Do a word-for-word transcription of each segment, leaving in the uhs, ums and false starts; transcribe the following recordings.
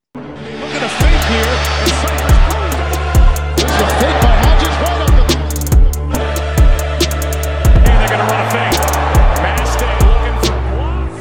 Look at a fake here, and Cypress throws it. There's a fake by Hodges right up the... And they're going to run a fake. Mastay looking for block.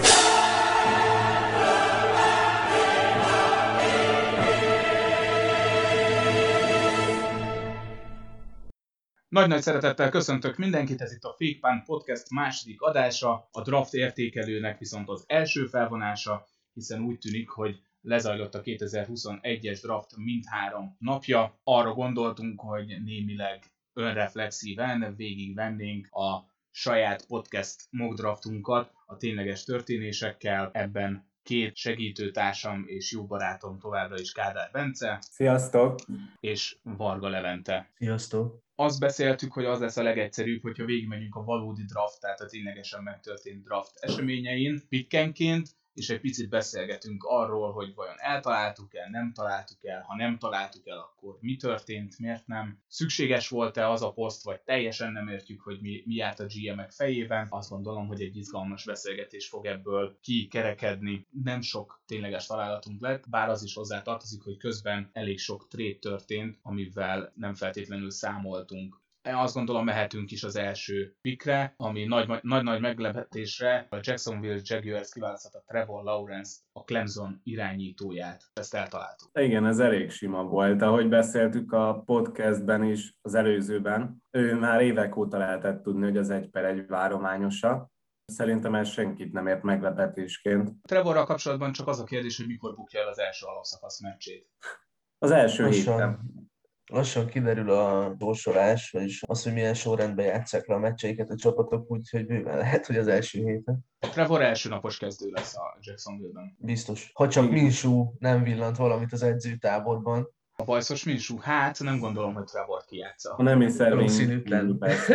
Nagy-nagy szeretettel köszöntök mindenkit, ez itt a Fake Punt Podcast második adása, a draft értékelőnek viszont az első felvonása, hiszen úgy tűnik, hogy lezajlott a kétezer-huszonegyes draft mindhárom napja. Arra gondoltunk, hogy némileg önreflexíven végigvennénk a saját podcast mock draftunkat a tényleges történésekkel. Ebben két segítőtársam és jó barátom továbbra is Kádár Bence. Sziasztok! És Varga Levente. Sziasztok! Azt beszéltük, hogy az lesz a legegyszerűbb, hogyha végigmegyünk a valódi draft, tehát a ténylegesen megtörtént draft eseményein, pikkenként, és egy picit beszélgetünk arról, hogy vajon eltaláltuk el, nem találtuk el, ha nem találtuk el, akkor mi történt, miért nem. Szükséges volt-e az a poszt, vagy teljesen nem értjük, hogy mi, mi járt a gé emek fejében. Azt gondolom, hogy egy izgalmas beszélgetés fog ebből kikerekedni. Nem sok tényleges találatunk lett, bár az is hozzá tartozik, hogy közben elég sok trade történt, amivel nem feltétlenül számoltunk. Azt gondolom, mehetünk is az első pickre, ami nagy-nagy meglepetésre a Jacksonville Jaguars kiválasztotta Trevor Lawrence, a Clemson irányítóját. Ezt eltaláltuk. Igen, ez elég sima volt. Ahogy beszéltük a podcastben is, az előzőben, ő már évek óta lehetett tudni, hogy az egy per egy várományosa. Szerintem ez senkit nem ért meglepetésként. Trevorral kapcsolatban csak az a kérdés, hogy mikor bukja el az első alapszakasz meccsét. Az első Lassan, héten. lassan kiderül a sorsolás, vagyis az, hogy milyen sorrendben játsszák le a meccseiket a csapatok, úgyhogy bőven lehet, hogy az első héten. Trevor első napos kezdő lesz a Jacksonville-ben. Biztos. Ha csak Minshew nem villant valamit az edzőtáborban. A bajszos Minshew, hát nem gondolom, hogy Trevor kijátsza. Ha nem is Valószínűtlen.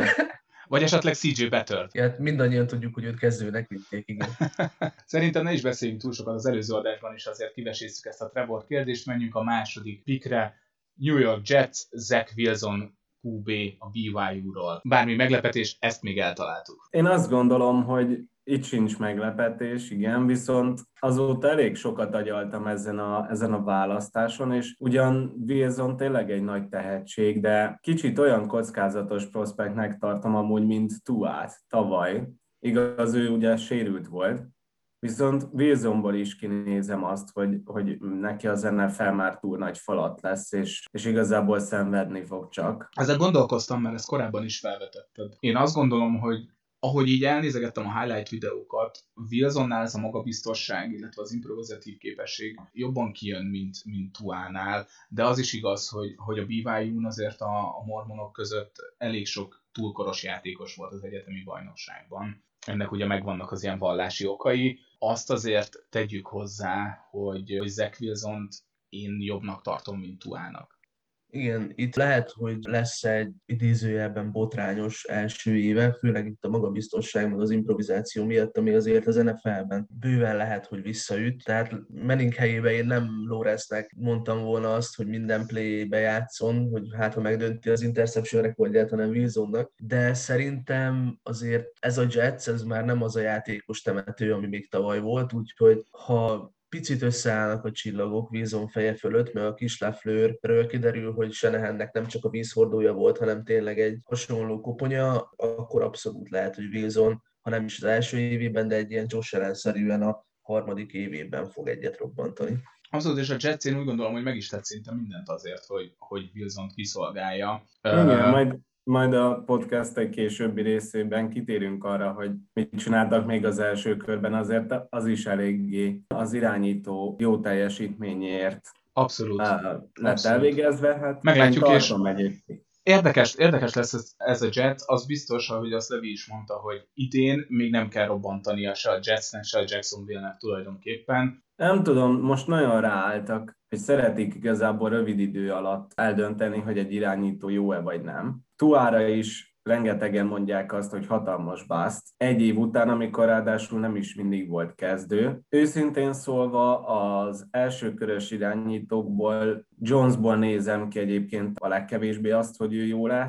Vagy esetleg cé jé Beathard. Ja, hát mindannyian tudjuk, hogy őt kezdőnek vitték, igen. Szerintem ne is beszéljünk túl sokat az előző adásban is, azért kivesézzük ezt a Trevor kérdést, menjünk a második pickre. New York Jets, Zach Wilson kú bé a bé ipszilon u-ról. Bármi meglepetés, ezt még eltaláltuk. Én azt gondolom, hogy itt sincs meglepetés, igen, viszont azóta elég sokat agyaltam ezen a, ezen a választáson, és ugyan Wilson tényleg egy nagy tehetség, de kicsit olyan kockázatos prospektnek tartom amúgy, mint Tuát tavaly. Igaz, ő ugye sérült volt, viszont Wilsonból is kinézem azt, hogy, hogy neki az en ef el már túl nagy falat lesz, és, és igazából szenvedni fog csak. Ezzel gondolkoztam, mert ezt korábban is felvetetted. Én azt gondolom, hogy ahogy így elnézegettem a highlight videókat, Wilsonnál ez a magabiztosság, illetve az improvizatív képesség jobban kijön, mint, mint Tuánál, de az is igaz, hogy, hogy a bé ipszilon u-n azért a, a mormonok között elég sok túlkoros játékos volt az egyetemi bajnokságban. Ennek ugye megvannak az ilyen vallási okai. Azt azért tegyük hozzá, hogy Zach Wilsont én jobbnak tartom, mint Tuának. Igen, itt lehet, hogy lesz egy idézőjelben botrányos első éve, főleg itt a magabiztosság, meg az improvizáció miatt, ami azért az en ef el-ben bőven lehet, hogy visszaüt. Tehát Manning helyében én nem Lawrence-nek mondtam volna azt, hogy minden play-be játszon, hogy hát ha megdönti az interception rekordját, hanem Wilsonnak, de szerintem azért ez a Jets, ez már nem az a játékos temető, ami még tavaly volt, úgyhogy ha picit összeállnak a csillagok Wilson feje fölött, mert a kis Lafleurről kiderül, hogy Shanahannek nem csak a vízhordója volt, hanem tényleg egy hasonló koponya, akkor abszolút lehet, hogy Wilson, ha nem is az első évében, de egy ilyen Josh Allen-szerűen a harmadik évében fog egyet robbantani. Abszolút, és a Jets én úgy gondolom, hogy meg is tett szinte mindent azért, hogy, hogy Wilsont kiszolgálja. Igen, uh, majd, majd a podcast egy későbbi részében kitérünk arra, hogy mit csináltak még az első körben, azért az is eléggé az irányító jó teljesítményért abszolút. Uh, lett abszolút. elvégezve. Hát meglátjuk, és egyébként. Érdekes, érdekes lesz ez, ez a Jets, az biztos, ahogy azt Levi is mondta, hogy idén még nem kell robbantania se a Jetsnek, se a Jacksonville-nek tulajdonképpen. Nem tudom, most nagyon ráálltak, hogy szeretik igazából rövid idő alatt eldönteni, hogy egy irányító jó-e vagy nem. Tuára is rengetegen mondják azt, hogy hatalmas bust. Egy év után, amikor ráadásul nem is mindig volt kezdő. Őszintén szólva az elsőkörös irányítókból, Jonesból nézem ki egyébként a legkevésbé azt, hogy ő jó lesz.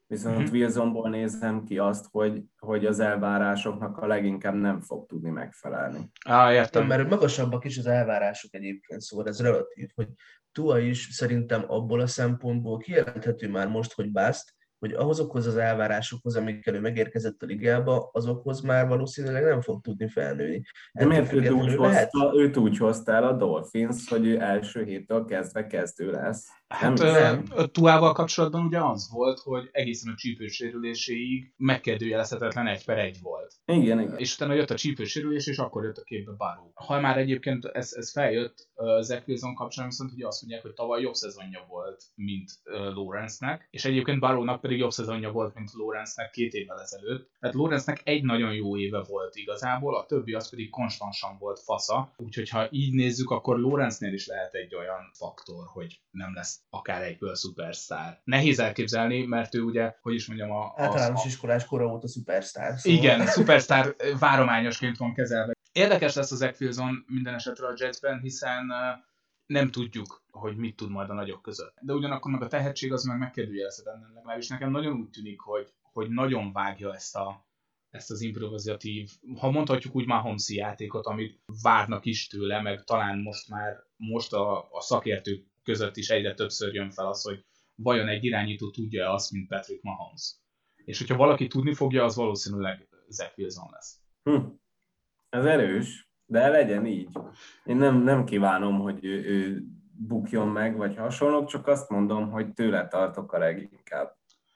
Viszont Uh-huh. Wilsonból nézem ki azt, hogy, hogy az elvárásoknak a leginkább nem fog tudni megfelelni. Á, értem. Igen, mert magasabbak is az elvárások egyébként, szóval ez relatív, hogy Tua is szerintem abból a szempontból kijelenthető már most, hogy bust, hogy ahhozokhoz az elvárásokhoz, amikkel ő megérkezett a ligába, azokhoz már valószínűleg nem fog tudni felnőni. De Ettől miért őt úgy, függetlenül lehet? hozta, őt úgy hozta el a Dolphins, hogy ő első héttől kezdve kezdő lesz? Hát Nem, nem. a Tuával kapcsolatban ugye az volt, hogy egészen a csípősérüléséig megkérdőjelezhetetlen egy per egy volt. Igen, igen. És utána jött a csípősérülés, és akkor jött a képbe Barrow. Ha már egyébként ez, ez feljött uh, Zach Wilson kapcsán, viszont ugye azt mondják, hogy tavaly jobb szezonja volt, mint uh, Lawrence-nek, és egyébként Barrownak pedig jobb szezonja volt, mint Lawrence-nek két évvel ezelőtt. Tehát Lawrence-nek egy nagyon jó éve volt igazából, a többi az pedig konstansan volt fasza. Úgyhogy ha így nézzük, akkor Lawrence-nél is lehet egy olyan faktor, hogy nem lesz akár egyből szupersztár. Nehéz elképzelni, mert ő ugye, hogy is mondjam, a... a Általános a... iskolás kora óta szupersztár. Szóval... Igen, szupersztár várományosként van kezelve. Érdekes lesz az Zach Wilson minden esetre a Jetsben, hiszen nem tudjuk, hogy mit tud majd a nagyok között. De ugyanakkor meg a tehetség az meg megkérdőjelezhetetlen, legalábbis nekem nagyon úgy tűnik, hogy, hogy nagyon vágja ezt, a, ezt az improvizatív, ha mondhatjuk úgy Mahomes-i játékot, amit várnak is tőle, meg talán most már most a, a szakértők között is egyre többször jön fel az, hogy vajon egy irányító tudja azt, mint Patrick Mahomes. És hogyha valaki tudni fogja, az valószínűleg Zach Wilson lesz. Hm. Ez erős, de legyen így. Én nem, nem kívánom, hogy ő, ő bukjon meg, vagy hasonlók, csak azt mondom, hogy tőle tartok a leginkább.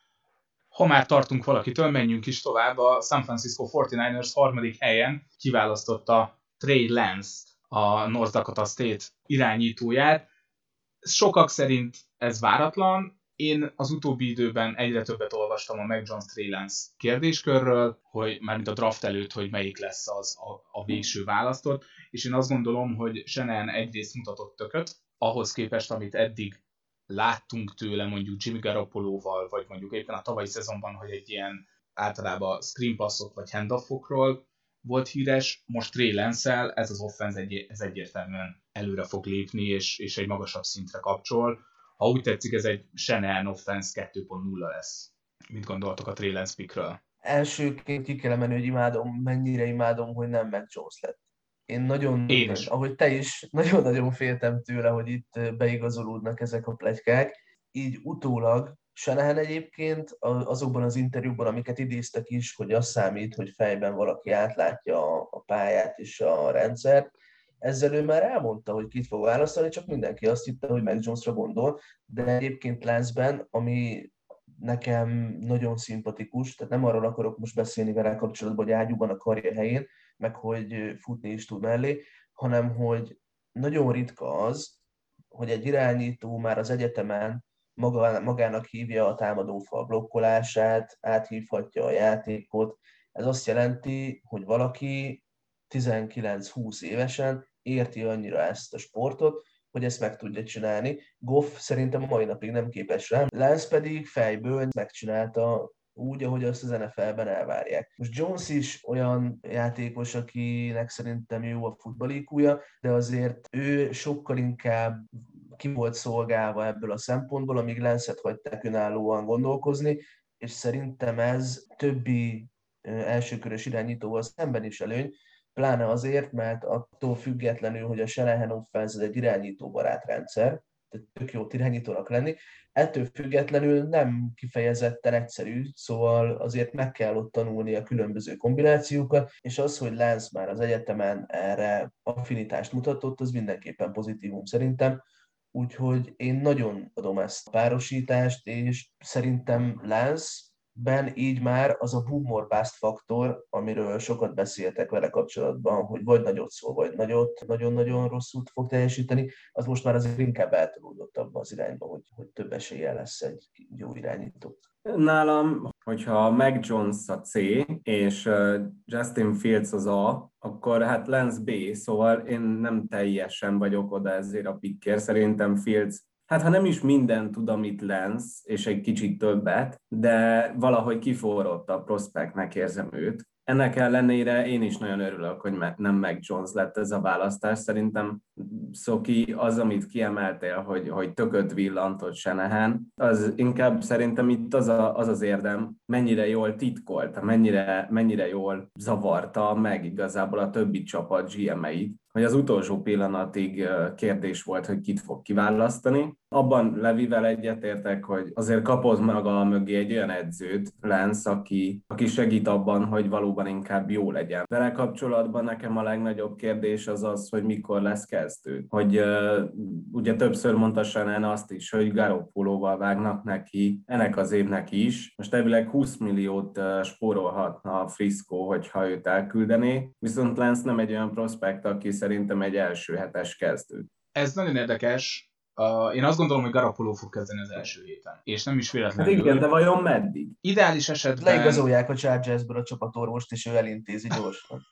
Ha már tartunk valakitől, menjünk is tovább. A San Francisco negyvenkilencesek harmadik helyen kiválasztotta Trey Lance, a North Dakota State irányítóját. Sokak szerint ez váratlan. Én az utóbbi időben egyre többet olvastam a Mac Jones Trey Lance kérdéskörről, hogy mármint a draft előtt, hogy melyik lesz az a, a végső választott, és én azt gondolom, hogy Shanahan egyrészt mutatott tököt, ahhoz képest, amit eddig láttunk tőle mondjuk Jimmy Garoppoloval, vagy mondjuk éppen a tavalyi szezonban, hogy egy ilyen általában screen passzok vagy handoffokról volt híres, most Trey Lance-el ez az offense egy, ez egyértelműen előre fog lépni, és, és egy magasabb szintre kapcsol. Ha úgy tetszik, ez egy Shanahan offense kettő pont nulla lesz. Mit gondoltok a Trey Lance pickről? Elsőként ki kell emelni, hogy imádom, mennyire imádom, hogy nem Mac Jones lett. Én nagyon, Én is. ahogy te is, nagyon-nagyon féltem tőle, hogy itt beigazolódnak ezek a pletykák. Így utólag Shanahan egyébként azokban az interjúkban, amiket idéztek is, hogy az számít, hogy fejben valaki átlátja a pályát és a rendszert, ezzel ő már elmondta, hogy kit fog választani, csak mindenki azt hitte, hogy Mac Jonesra gondol, de egyébként Lance-ben, ami nekem nagyon szimpatikus, tehát nem arról akarok most beszélni vele kapcsolatban, hogy ágyúban a karja helyén, meg hogy futni is tud mellé, hanem hogy nagyon ritka az, hogy egy irányító már az egyetemen maga, magának hívja a támadófal blokkolását, áthívhatja a játékot. Ez azt jelenti, hogy valaki tizenkilenc-húsz évesen érti annyira ezt a sportot, hogy ezt meg tudja csinálni. Goff szerintem a mai napig nem képes rá. Lance pedig fejből megcsinálta úgy, ahogy azt az en ef el-ben elvárják. Most Jones is olyan játékos, akinek szerintem jó a futballikúja, de azért ő sokkal inkább ki volt szolgálva ebből a szempontból, amíg Lance-et hagyták önállóan gondolkozni, és szerintem ez többi elsőkörös irányítóval szemben is előny, pláne azért, mert attól függetlenül, hogy a Shanahan offense egy irányítóbarát rendszer, tehát tök jó irányítónak lenni, ettől függetlenül nem kifejezetten egyszerű, szóval azért meg kell ott tanulni a különböző kombinációkat, és az, hogy Lance már az egyetemen erre affinitást mutatott, az mindenképpen pozitívum szerintem, úgyhogy én nagyon adom ezt a párosítást, és szerintem Lance ben így már az a boom or bust faktor, amiről sokat beszéltek vele kapcsolatban, hogy vagy nagyot szól, vagy nagyot, nagyon-nagyon rosszul fog teljesíteni, az most már azért inkább eltolódott abba az irányba, hogy, hogy több esélye lesz egy jó irányító. Nálam, hogyha Mac Jones a C, és Justin Fields az A, akkor hát Lance B, szóval én nem teljesen vagyok oda ezért a pickért. Szerintem Fields, hát ha nem is mindent tud, amit Lance, és egy kicsit többet, de valahogy kiforrott a prospektnek érzem őt. ennek ellenére én is nagyon örülök, hogy nem Mac Jones lett ez a választás. Szerintem Szoki, az, amit kiemeltél, hogy, hogy tököt villantott Shanahan, az inkább szerintem itt az, a, az az érdem, mennyire jól titkolta, mennyire, mennyire jól zavarta meg igazából a többi csapat gé em-eit, hogy az utolsó pillanatig kérdés volt, hogy kit fog kiválasztani. Abban Levivel egyetértek, hogy azért kapott maga mögé egy olyan edzőt, Lance, aki, aki segít abban, hogy valóban inkább jó legyen. Vele kapcsolatban nekem a legnagyobb kérdés az az, hogy mikor lesz kezdő. Hogy uh, ugye többször mondta Shanahan azt is, hogy Garoppolóval vágnak neki, ennek az évnek is. Most elvileg húsz milliót uh, spórolhatna a Frisco, hogyha őt elküldené, viszont Lance nem egy olyan prospekt, aki szerintem egy első hetes kezdő. Ez nagyon érdekes. Uh, én azt gondolom, hogy Garoppolo fog kezdeni az első héten. És nem is Hát véletlenül. igen, de vajon meddig? Ideális esetben... Leigazolják a Chargersből a csapatorvost, és ő elintézi gyorsan.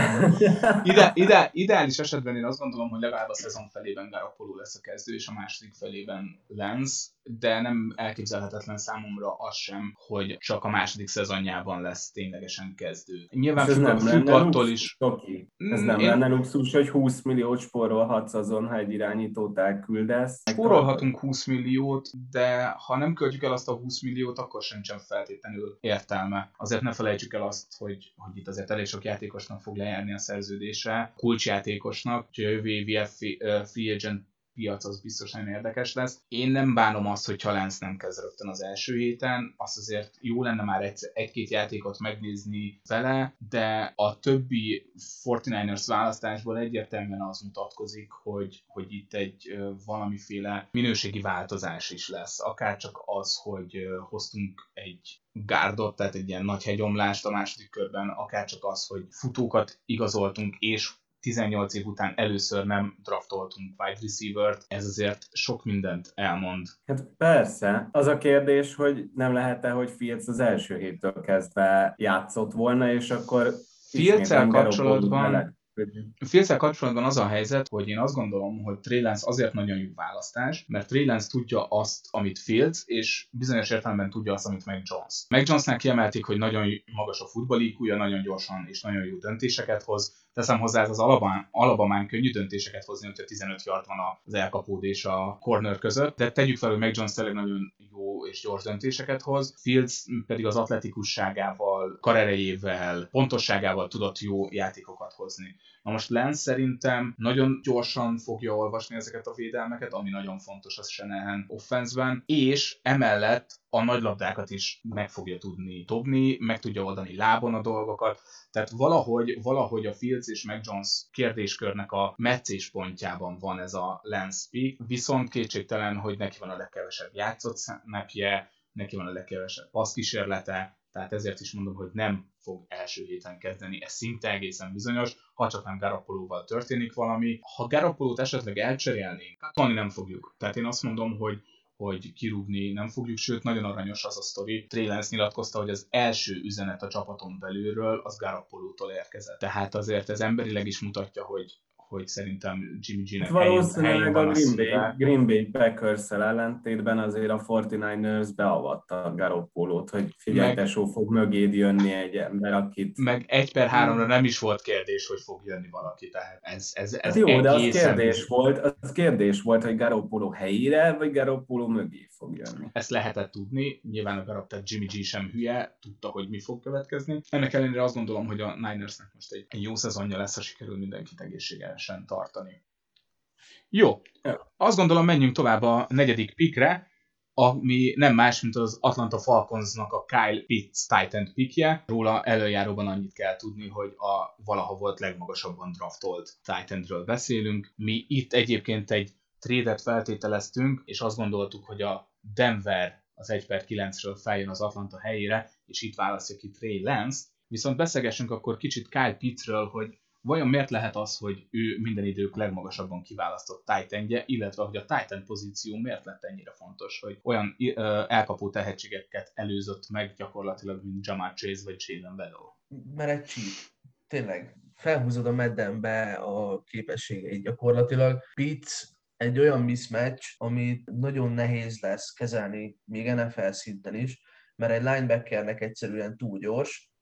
ide, ide, ideális esetben én azt gondolom, hogy legalább a szezon felében Garoppolo lesz a kezdő, és a második felében Lance, de nem elképzelhetetlen számomra az sem, hogy csak a második szezonjában lesz ténylegesen kezdő. Nyilván függ, nem függ attól is... Toki. Ez nem én... lenne luxus, hogy húsz milliót spórolhatsz azon, ha egy irányítót elküldesz. Spórolhatunk húsz milliót, de ha nem költjük el azt a húsz milliót, akkor sem sem feltétlenül értelme. Azért ne felejtsük el azt, hogy, hogy itt azért elég sok játékosnak fog lejárni a szerződése, kulcsjátékosnak, úgyhogy a jövő évi free agent piac az biztos nagyon érdekes lesz. Én nem bánom azt, hogy Lance nem kezd rögtön az első héten, azt azért jó lenne már egy, egy-két játékot megnézni vele, de a többi negyvenkilencesek választásból egyértelműen az mutatkozik, hogy, hogy itt egy ö, valamiféle minőségi változás is lesz. Akár csak az, hogy ö, hoztunk egy gárdot, tehát egy ilyen nagy hegyomlást a második körben, akár csak az, hogy futókat igazoltunk, és tizennyolc év után először nem draftoltunk wide receivert, ez azért sok mindent elmond. Hát persze. Az a kérdés, hogy nem lehet-e, hogy Fields az első héttől kezdve játszott volna, és akkor Fieldszel kapcsolatban Fieldszel kapcsolatban az a helyzet, hogy én azt gondolom, hogy Trey Lance azért nagyon jó választás, mert Trey Lance tudja azt, amit Fields, és bizonyos értelemben tudja azt, amit Mac Jones. Mac Jonesnál kiemelték, hogy nagyon magas a futball í kúja, nagyon gyorsan és nagyon jó döntéseket hoz. Teszem hozzá, ez az Alabamán, Alabamán könnyű döntéseket hozni, hogyha tizenöt yard van az elkapód és a corner között, de tegyük fel, hogy Mac Jones tényleg nagyon jó és gyors döntéseket hoz. Fields pedig az atletikusságával, karerejével, pontosságával tudott jó játékokat hozni. Na most Lance szerintem nagyon gyorsan fogja olvasni ezeket a védelmeket, ami nagyon fontos a Shanahan offense-ben, és emellett a nagy labdákat is meg fogja tudni dobni, meg tudja oldani lábon a dolgokat, tehát valahogy, valahogy a Fields és Mac Jones kérdéskörnek a meccés pontjában van ez a Lance pick, viszont kétségtelen, hogy neki van a legkevesebb játszott snapje, neki van a legkevesebb passzkísérlete, tehát ezért is mondom, hogy nem fog első héten kezdeni, ez szinte egészen bizonyos, ha csak nem Garoppolóval történik valami. Ha Garoppolót esetleg elcserélnénk, katolni nem fogjuk. Tehát én azt mondom, hogy hogy kirúgni nem fogjuk, sőt, nagyon aranyos az a sztori. Trey Lance nyilatkozta, hogy az első üzenet a csapaton belülről az Garoppolótól érkezett. Tehát azért ez emberileg is mutatja, hogy hogy szerintem Jimmy G-nek valószínűleg a Green Bay, Green Bay Packers-szel ellentétben azért a negyvenkilencesek beavatta a Garoppolót, hogy figyelj, tesó, fog mögéd jönni egy ember, akit... Meg egy per háromra nem is volt kérdés, hogy fog jönni valaki, tehát ez, ez, ez hát jó, de az kérdés, volt, az kérdés volt, hogy Garoppolo helyére, vagy Garoppolo mögé fog jönni. Ezt lehetett tudni, nyilván a Garoppolo, tehát Jimmy G sem hülye, tudta, hogy mi fog következni. Ennek ellenére azt gondolom, hogy a Ninersnek most egy, egy jó szezonja lesz, ha sikerül mindenkit egészségesen tartani. Jó, azt gondolom, menjünk tovább a negyedik pickre, ami nem más, mint az Atlanta Falconsnak a Kyle Pitts Titan pickje. Róla előjáróban annyit kell tudni, hogy a valaha volt legmagasabban draftolt Titanről beszélünk. Mi itt egyébként egy trade-et feltételeztünk, és azt gondoltuk, hogy a Denver az egy per kilencről feljön az Atlanta helyére, és itt választja ki Trey Lance-t. Viszont beszélgessünk akkor kicsit Kyle Pittsről, hogy vajon miért lehet az, hogy ő minden idők legmagasabban kiválasztott titanje, illetve hogy a titan pozíció miért lett ennyire fontos, hogy olyan uh, elkapó tehetségeket előzött meg gyakorlatilag, mint Jamar Chase vagy Jalen Waddle. Mert egy cheat. Tényleg, felhúzod a meddenbe a képességeit gyakorlatilag. Pitts egy olyan mismatch, amit nagyon nehéz lesz kezelni, még en ef el szinten is, mert egy linebackernek egyszerűen túl gyors,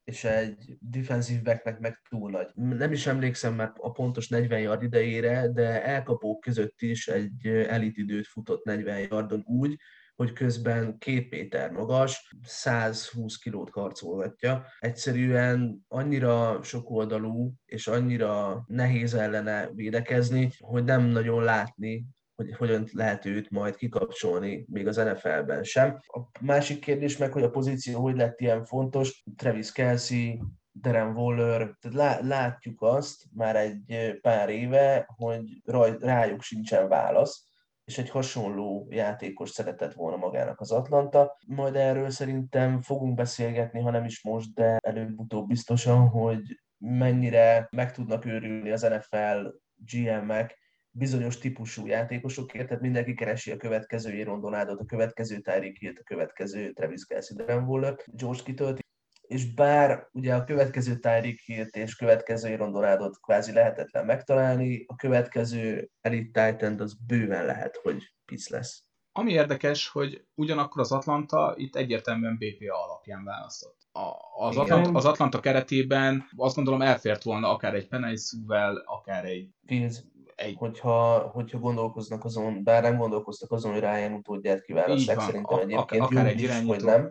és egy defensive backnek meg túl nagy. Nem is emlékszem már a pontos negyven yard idejére, de elkapók között is egy elit időt futott negyven yardon úgy, hogy közben két méter magas, százhúsz kilót karcolgatja. Egyszerűen annyira sokoldalú, és annyira nehéz ellene védekezni, hogy nem nagyon látni, hogy hogyan lehet őt majd kikapcsolni, még az en ef el-ben sem. A másik kérdés meg, hogy a pozíció hogy lett ilyen fontos. Travis Kelce, Darren Waller, tehát látjuk azt már egy pár éve, hogy raj, rájuk sincsen válasz, és egy hasonló játékos szeretett volna magának az Atlanta. Majd erről szerintem fogunk beszélgetni, ha nem is most, de előbb-utóbb biztosan, hogy mennyire meg tudnak őrülni az en ef el gé em-ek bizonyos típusú játékosokért, tehát mindenki keresi a következő Aaron Donaldot, a következő Tyreek Hillt, a következő Travis Kelce, Darren Waller, George Kittle-t, és bár ugye a következő Tyreek Hillt és következő Aaron Donaldot kvázi lehetetlen megtalálni, a következő Elite Titan az bőven lehet, hogy Pitts lesz. Ami érdekes, hogy ugyanakkor az Atlanta itt egyértelműen bé pé á alapján választott. A, az, Atlanta, az Atlanta keretében azt gondolom elfért volna akár egy Penei Sewell, akár egy... Fields. Egy... Hogyha, hogyha gondolkoznak azon, bár nem gondolkoztak azon, hogy Ryan utódját kiválasztják, szerintem egyébként akár jó egy is, hogy nem.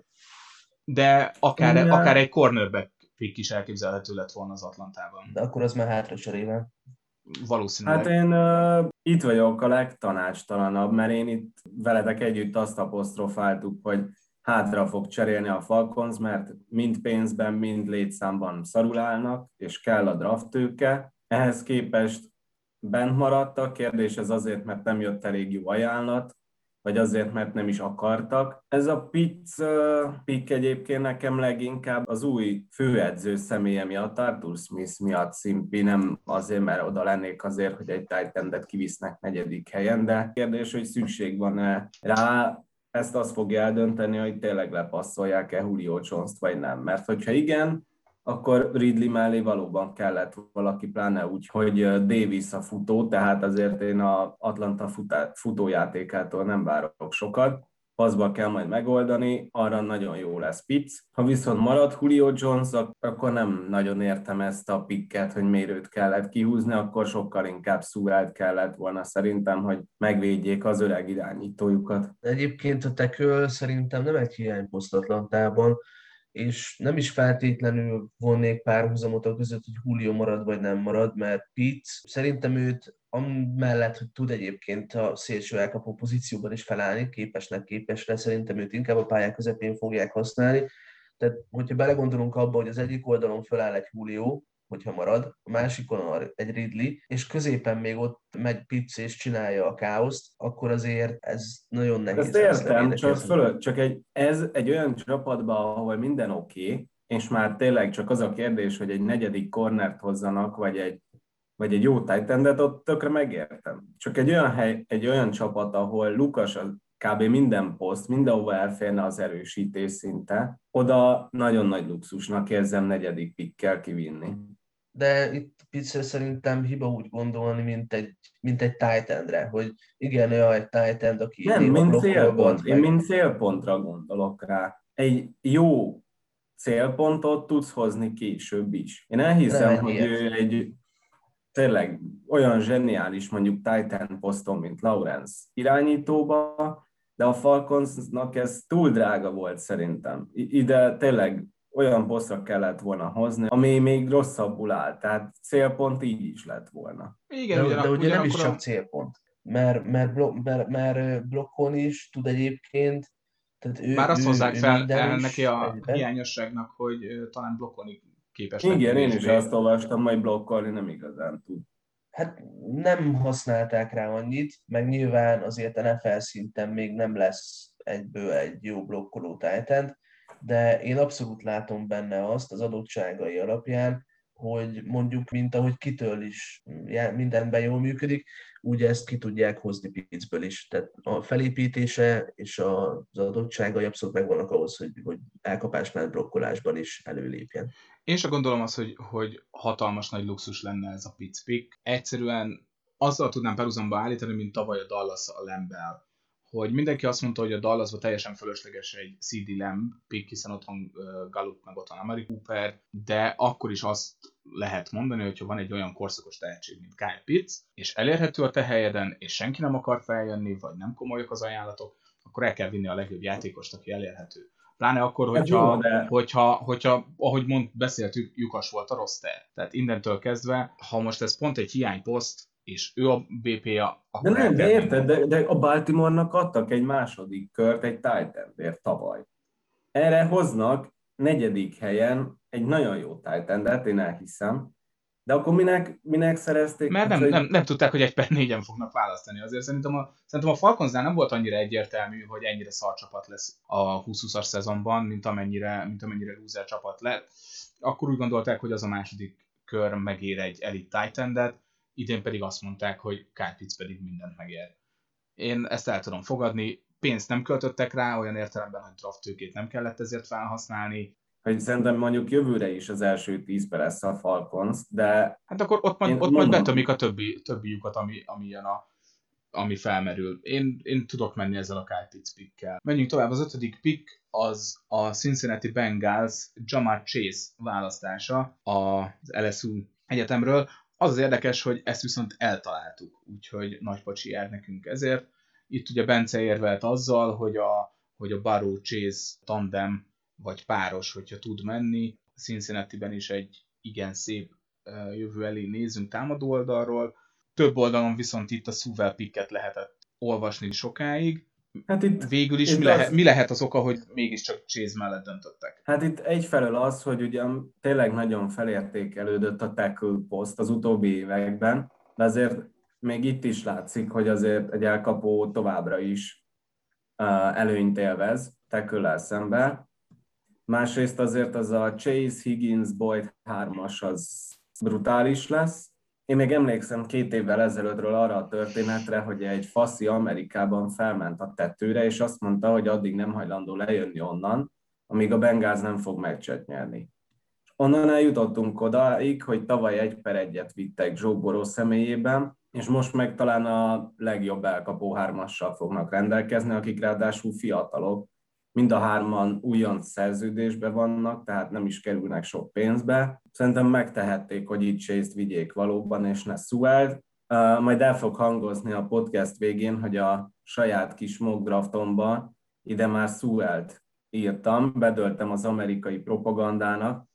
De akár, Én, akár egy cornerback pick is elképzelhető lett volna az Atlantában. De akkor az már hátra cserébe. Valószínűleg. Hát én uh, itt vagyok a legtanácstalanabb, mert én itt veletek együtt azt apostrofáltuk, hogy hátra fog cserélni a Falcons, mert mind pénzben, mind létszámban szarul állnak, és kell a draft tőke. Ehhez képest bent maradtak, kérdés ez azért, mert nem jött elég jó ajánlat, vagy azért, mert nem is akartak. Ez a Pitts uh, pick egyébként nekem leginkább az új főedző személye miatt, Arthur Smith miatt szimpi, nem azért, mert oda lennék azért, hogy egy tight endet kivisznek negyedik helyen, de kérdés, hogy szükség van-e rá, ezt azt fogja eldönteni, hogy tényleg lepasszolják-e Julio Jones-t, vagy nem. Mert hogyha igen, akkor Ridley mellé valóban kellett valaki, pláne úgy, hogy Davis a futó, tehát azért én az Atlanta futójátékától nem várok sokat. Paszba kell majd megoldani, arra nagyon jó lesz Pitts. Ha viszont marad Julio Jones, akkor nem nagyon értem ezt a picket, hogy mérőt kellett kihúzni, akkor sokkal inkább Sewellt kellett volna szerintem, hogy megvédjék az öreg irányítójukat. Egyébként a tackle szerintem nem egy hiányposzt Atlantában, és nem is feltétlenül vonnék párhuzamot a között, hogy Julio marad vagy nem marad, mert Pitts szerintem őt amellett, hogy tud egyébként a szélső elkapó pozícióban is felállni, képesnek képes lesz, szerintem őt inkább a pályák közepén fogják használni. Tehát, hogyha belegondolunk abba, hogy az egyik oldalon feláll egy Julio, hogyha marad, a másikon egy Ridley, és középen még ott megy Pitts és csinálja a káoszt, akkor azért ez nagyon nehéz. Ezt értem, csak, fölött, csak egy, ez egy olyan csapatban, ahol minden oké, okay, és már tényleg csak az a kérdés, hogy egy negyedik cornert hozzanak, vagy egy, vagy egy jó tight endet, ott tökre megértem. Csak egy olyan, hely, egy olyan csapat, ahol Lukas az kb. Minden poszt, mindenhova elférne az erősítés szinte, oda nagyon nagy luxusnak érzem negyedik pickkel kivinni. De itt Pittsre szerintem hiba úgy gondolni, mint egy, mint egy tight endre, hogy igen, ő egy tight end, aki... Nem, mint célpont. Én mint célpontra gondolok rá. Egy jó célpontot tudsz hozni később is. Én elhiszem, hogy ilyet. Ő egy tényleg olyan zseniális mondjuk tight end poszton, mint Lawrence irányítóba, de a Falconsnak ez túl drága volt szerintem. Ide tényleg olyan posztra kellett volna hozni, ami még rosszabbul áll, tehát célpont így is lett volna. Igen, de, de ugye nem is csak célpont, mert, mert, blok, mert, mert blokkolni is tud egyébként. Tehát ő, Már azt hozzák fel neki a egyben. Hiányosságnak, hogy talán blokkolni képes. Igen, én is azt olvastam, majd blokkolni nem igazán tud. Hát nem használták rá annyit, meg nyilván azért en ef el szinten még nem lesz egyből egy jó blokkoló tight end, de én abszolút látom benne azt az adottságai alapján, hogy mondjuk, mint ahogy kitől is mindenben jól működik, úgy ezt ki tudják hozni Pittsből is. Tehát a felépítése és az adottságai abszolút megvannak ahhoz, hogy, hogy elkapásnál, blokkolásban is előlépjen. Én sem gondolom azt, hogy, hogy hatalmas nagy luxus lenne ez a Pitts pick. Egyszerűen azzal tudnám párhuzamba állítani, mint tavaly a Dallas a Lambel, hogy mindenki azt mondta, hogy a Dallasban teljesen fölösleges egy cé dé Lamb pick, hiszen otthon uh, Gallup, meg ott van Amari Cooper, de akkor is azt lehet mondani, hogyha van egy olyan korszakos tehetség, mint Kyle Pitts, és elérhető a te helyeden, és senki nem akar feljönni, vagy nem komolyak az ajánlatok, akkor el kell vinni a legjobb játékost, aki elérhető. Pláne akkor, hogyha, jó, de... hogyha, hogyha, ahogy mond, beszéltük, lyukas volt a roster. Tehát innentől kezdve, ha most ez pont egy hiányposzt, és ő a bé pé-ja, akkor De nem, de érted, de, de a Baltimore-nak adtak egy második kört egy tight endért tavaly. Erre hoznak negyedik helyen egy nagyon jó tight endet, én elhiszem. De akkor minek, minek szerezték? Mert nem, hogy... nem, nem tudták, hogy egy per négyen fognak választani. Azért szerintem a, szerintem a Falconsnál nem volt annyira egyértelmű, hogy ennyire szar csapat lesz a húsz-húszas szezonban, mint amennyire, mint amennyire loser csapat lett. Akkor úgy gondolták, hogy az a második kör megér egy elite tight endet, idén pedig azt mondták, hogy Kyle Pitts pedig mindent megér. Én ezt el tudom fogadni, pénzt nem költöttek rá, olyan értelemben, hogy draft tőkét nem kellett ezért felhasználni. Hogy szerintem mondjuk jövőre is az első tízbe lesz a Falcons, de... Hát akkor ott majd, ott mondom, majd betömik a többi, többi lyukat, ami, ami, jön a, ami felmerül. Én, én tudok menni ezzel a Kyle Pitts pickkel. Menjünk tovább, az ötödik pick az a Cincinnati Bengals Ja'Marr Chase választása az el es u egyetemről. Az az érdekes, hogy ezt viszont eltaláltuk, úgyhogy nagy pacsi jár nekünk ezért. Itt ugye Bence érvelt azzal, hogy a, hogy a Burrow-Chase tandem vagy páros, hogyha tud menni. Cincinnati-ben is egy igen szép uh, jövő elé nézünk támadó oldalról. Több oldalon viszont itt a Sewell picket lehetett olvasni sokáig. Hát itt, Végül is itt mi, az... lehet, mi lehet az oka, hogy mégiscsak Chase mellett döntöttek? Hát itt egyfelől az, hogy ugyan tényleg nagyon felértékelődött a tackle poszt az utóbbi években, de azért még itt is látszik, hogy azért egy elkapó továbbra is uh, előnyt élvez tackle-lel szemben. Másrészt azért az a Chase, Higgins, Boyd hármas az brutális lesz. Én még emlékszem két évvel ezelőttről arra a történetre, hogy egy faszi Amerikában felment a tetőre, és azt mondta, hogy addig nem hajlandó lejönni onnan, amíg a Bengals nem fog meccset nyerni. Onnan eljutottunk odaig, hogy tavaly egy per egyet vittek Joe Burrow személyében, és most meg talán a legjobb elkapó hármassal fognak rendelkezni, akik ráadásul fiatalok. Mind a hárman újonc szerződésben vannak, tehát nem is kerülnek sok pénzbe. Szerintem megtehették, hogy itt Chase-t vigyék valóban, és ne Sewell-t. Uh, majd el fog hangozni a podcast végén, hogy a saját kis mock draftomba ide már Sewell-t írtam, bedöltem az amerikai propagandának.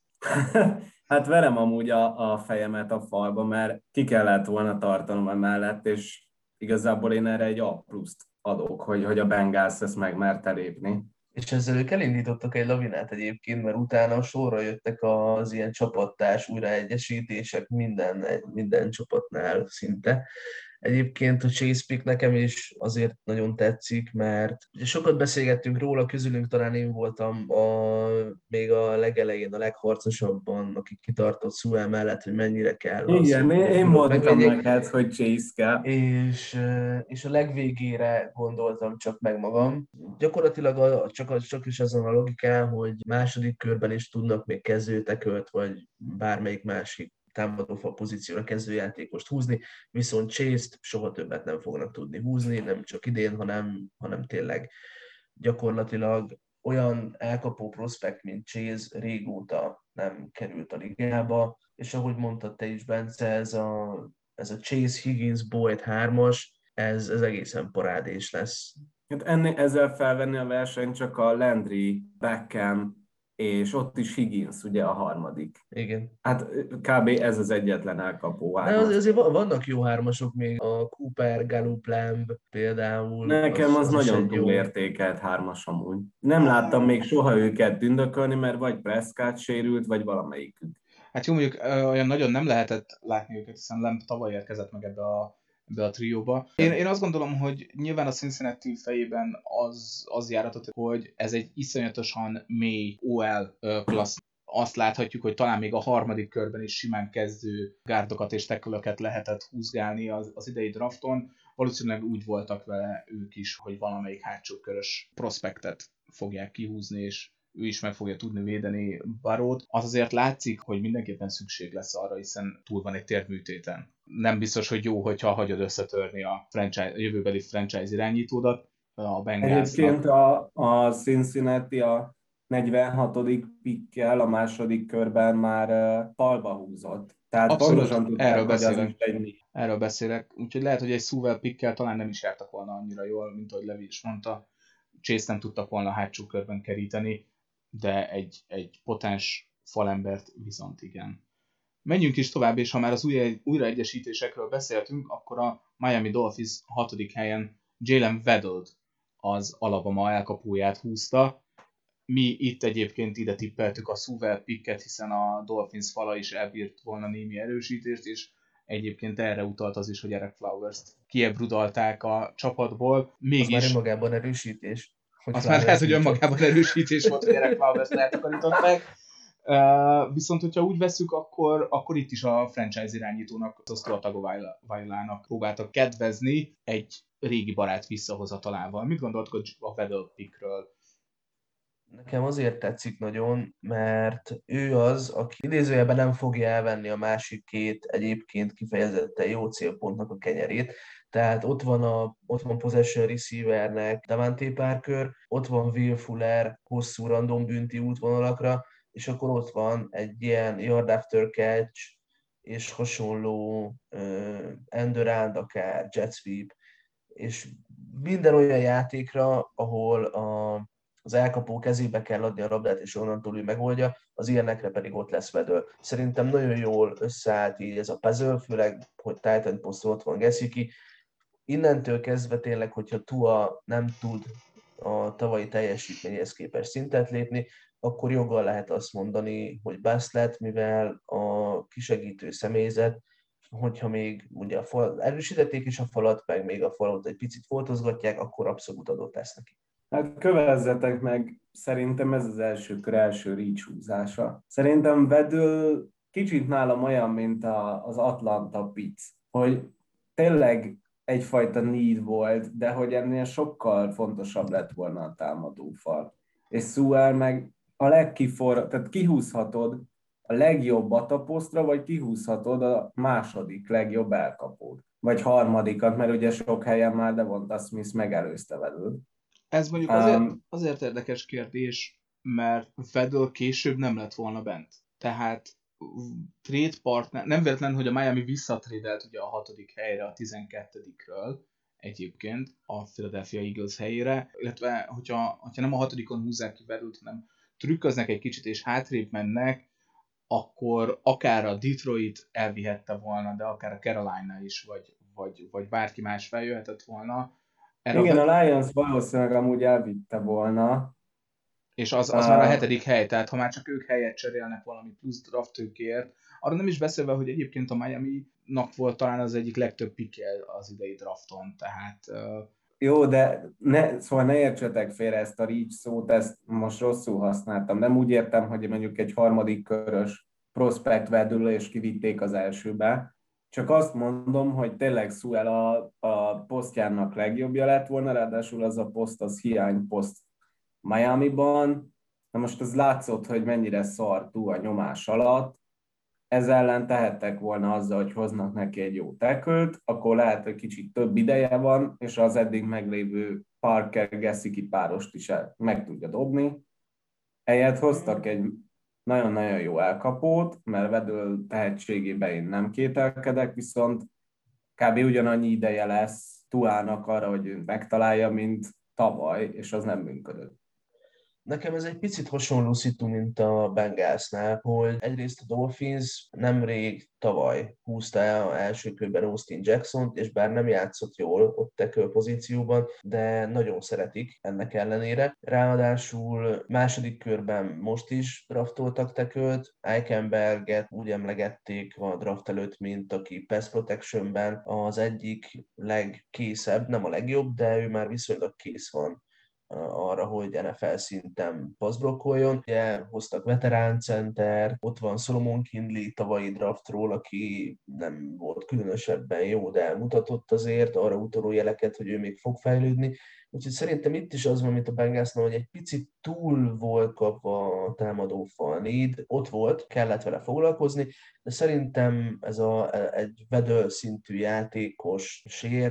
Hát verem amúgy a, a fejemet a falba, mert ki kellett volna tartanom emellett, és igazából én erre egy A pluszt adok, hogy, hogy a Bengals ezt megmerte lépni. És ezzel ők elindítottak egy lavinát egyébként, mert utána sorra jöttek az ilyen csapattárs újraegyesítések minden, minden csapatnál szinte. Egyébként a Chase pick nekem is azért nagyon tetszik, mert ugye sokat beszélgettünk róla, közülünk talán én voltam a, még a legelején, a legharcosabban, aki kitartott Sewell mellett, hogy mennyire kell. Igen, az, én, én mondtam neked, hogy Chase kell. És, és a legvégére gondoltam csak meg magam. Gyakorlatilag a, csak, csak is azon a logikán, hogy második körben is tudnak még kezdőtekölt, vagy bármelyik másik támadó pozícióra kezdőjátékost húzni, viszont Chase-t soha többet nem fognak tudni húzni, nem csak idén, hanem, hanem tényleg gyakorlatilag olyan elkapó prospekt, mint Chase régóta nem került a ligába, és ahogy mondtad te is, Bence, ez a, ez a Chase, Higgins, Boyd hármas, ez, ez egészen parádés lesz. Hát ennél, ezzel felvenni a versenyt csak a Landry, Beckham, és ott is Higgins, ugye a harmadik. Igen. Hát kb. Ez az egyetlen elkapó hármas. De azért vannak jó hármasok még, a Cooper, Gallup, Lamb például. Nekem az, az, az nagyon túlértékelt hármas amúgy. Nem láttam még soha őket tündökölni, mert vagy Prescott sérült, vagy valamelyikük. Hát jó, mondjuk olyan nagyon nem lehetett látni őket, hiszen Lamb tavaly érkezett meg ebbe a be a trióba. Én, én azt gondolom, hogy nyilván a Cincinnati fejében az, az járatott, hogy ez egy iszonyatosan mély o el klassz. Azt láthatjuk, hogy talán még a harmadik körben is simán kezdő gárdokat és tekölöket lehetett húzgálni az, az idei drafton. Valószínűleg úgy voltak vele ők is, hogy valamelyik hátsó körös prospektet fogják kihúzni, és ő is meg fogja tudni védeni Burrowt. Az azért látszik, hogy mindenképpen szükség lesz arra, hiszen túl van egy térműtéten. Nem biztos, hogy jó, hogyha hagyod összetörni a, franchise, a jövőbeli franchise irányítódat. a Bengalsnak. Egyébként a, a Cincinnati a negyvenhatodik pikkel a második körben már uh, falba húzott. Tehát Abszolút, pontosan erről tudták, hogy az beszélek. is egy mi. Erről beszélek. Úgyhogy lehet, hogy egy Sewell pickkel talán nem is jártak volna annyira jól, mint ahogy Levi is mondta. Chase nem tudtak volna a hátsó körben keríteni, de egy, egy potens falembert viszont igen. Menjünk is tovább, és ha már az újra, újraegyesítésekről beszéltünk, akkor a Miami Dolphins hatodik helyen Jalen Waddle az Alabama elkapóját húzta. Mi itt egyébként ide tippeltük a Sewell picket, hiszen a Dolphins fala is elbírt volna némi erősítést, és egyébként erre utalt az is, hogy Eric Flowers-t kiebrudalták a csapatból. Mégis... Az már önmagában erősítés. Az már lehet, hogy önmagában erősítés volt, hogy Eric Flowers-t eltakarították. Uh, viszont, hogyha úgy veszük, akkor, akkor itt is a franchise irányítónak, az Tua Tagovailoának próbáltak kedvezni egy régi barát visszahozatalával. Mit gondoltok a Waddle pickről? Nekem azért tetszik nagyon, mert ő az, aki idézőjelben nem fogja elvenni a másik két egyébként kifejezetten jó célpontnak a kenyerét. Tehát ott van a ott van possession receivernek Davante Parker, ott van Will Fuller hosszú random bünti útvonalakra, és akkor ott van egy ilyen yard after catch és hasonló uh, end around, akár jet sweep, és minden olyan játékra, ahol a az elkapó kezébe kell adni a labdát, és onnantól ő megoldja, az ilyenekre pedig ott lesz Waddle. Szerintem nagyon jól összeállt így ez a puzzle, főleg, hogy Titan poszton ott van Gesicki. Innentől kezdve tényleg, hogyha Tua nem tud a tavalyi teljesítményhez képest szintet lépni, akkor joggal lehet azt mondani, hogy bust lett, mivel a kisegítő személyzet, hogyha még ugye a fal, erősítették is a falat, meg még a falat egy picit foltozgatják, akkor abszolút adott lesz neki. Hát kövezzetek meg, szerintem ez az első kör első reach húzása. Szerintem Waddle kicsit nálam olyan, mint a, az Atlanta Pitts, hogy tényleg egyfajta need volt, de hogy ennél sokkal fontosabb lett volna a támadófal. És Sewell meg a legkifor, tehát kihúzhatod a legjobb ataposztra, vagy kihúzhatod a második legjobb elkapót. Vagy harmadikat, mert ugye sok helyen már Devonta Smith megelőzte Waddle. Ez mondjuk azért, azért érdekes kérdés, mert Waddle később nem lett volna bent. Tehát trade partner, nem véletlen, hogy a Miami visszatrédelt ugye a hatodik helyre a tizenkettedikről egyébként a Philadelphia Eagles helyére, illetve hogyha, hogyha nem a hatodikon húzzák ki Waddle-t, hanem trükköznek egy kicsit és hátrébb mennek, akkor akár a Detroit elvihette volna, de akár a Carolina is, vagy, vagy, vagy bárki más feljöhetett volna. Erre igen, a Lions valószínűleg amúgy elvitte volna. És az, az uh, már a hetedik hely, tehát ha már csak ők helyet cserélnek valami plusz draft tőkéért, arra nem is beszélve, hogy egyébként a Miami-nak volt talán az egyik legtöbb pickje az idei drafton, tehát... Uh... Jó, de ne, szóval ne értsetek félre ezt a reach szót, ezt most rosszul használtam. Nem úgy értem, hogy mondjuk egy harmadik körös prospect Waddle és kivitték az elsőbe, csak azt mondom, hogy tényleg Sewell a, a posztjának legjobbja lett volna, ráadásul az a poszt, az hiányposzt Miami-ban. Na most az látszott, hogy mennyire szartú a nyomás alatt. Ez ellen tehettek volna azzal, hogy hoznak neki egy jó tackle-t, akkor lehet, hogy kicsit több ideje van, és az eddig meglévő Parker-Gesicki párost is el, meg tudja dobni. Ehelyett hoztak egy nagyon-nagyon jó elkapót, mert Waddle tehetségében én nem kételkedek, viszont kb. Ugyanannyi ideje lesz Tuának arra, hogy ő megtalálja, mint tavaly, és az nem működött. Nekem ez egy picit hasonló szitu, mint a Bengalsnál, hogy egyrészt a Dolphins nemrég tavaly húzta el első körben Austin Jacksont, és bár nem játszott jól ott tackle pozícióban, de nagyon szeretik ennek ellenére. Ráadásul második körben most is draftoltak tackle-t, Eichenberget úgy emlegették a draft előtt, mint aki pass protectionben az egyik legkészebb, nem a legjobb, de ő már viszonylag kész van arra, hogy en ef el szinten passzblokkoljon. Ugye hoztak veterán center, ott van Solomon Kindley tavalyi draftról, aki nem volt különösebben jó, de elmutatott azért arra utaló jeleket, hogy ő még fog fejlődni. Úgyhogy szerintem itt is az van, mint a Bengalsnál, hogy egy picit túl volt kapva a támadófal need, ott volt, kellett vele foglalkozni, de szerintem ez a, egy Waddle szintű játékos sért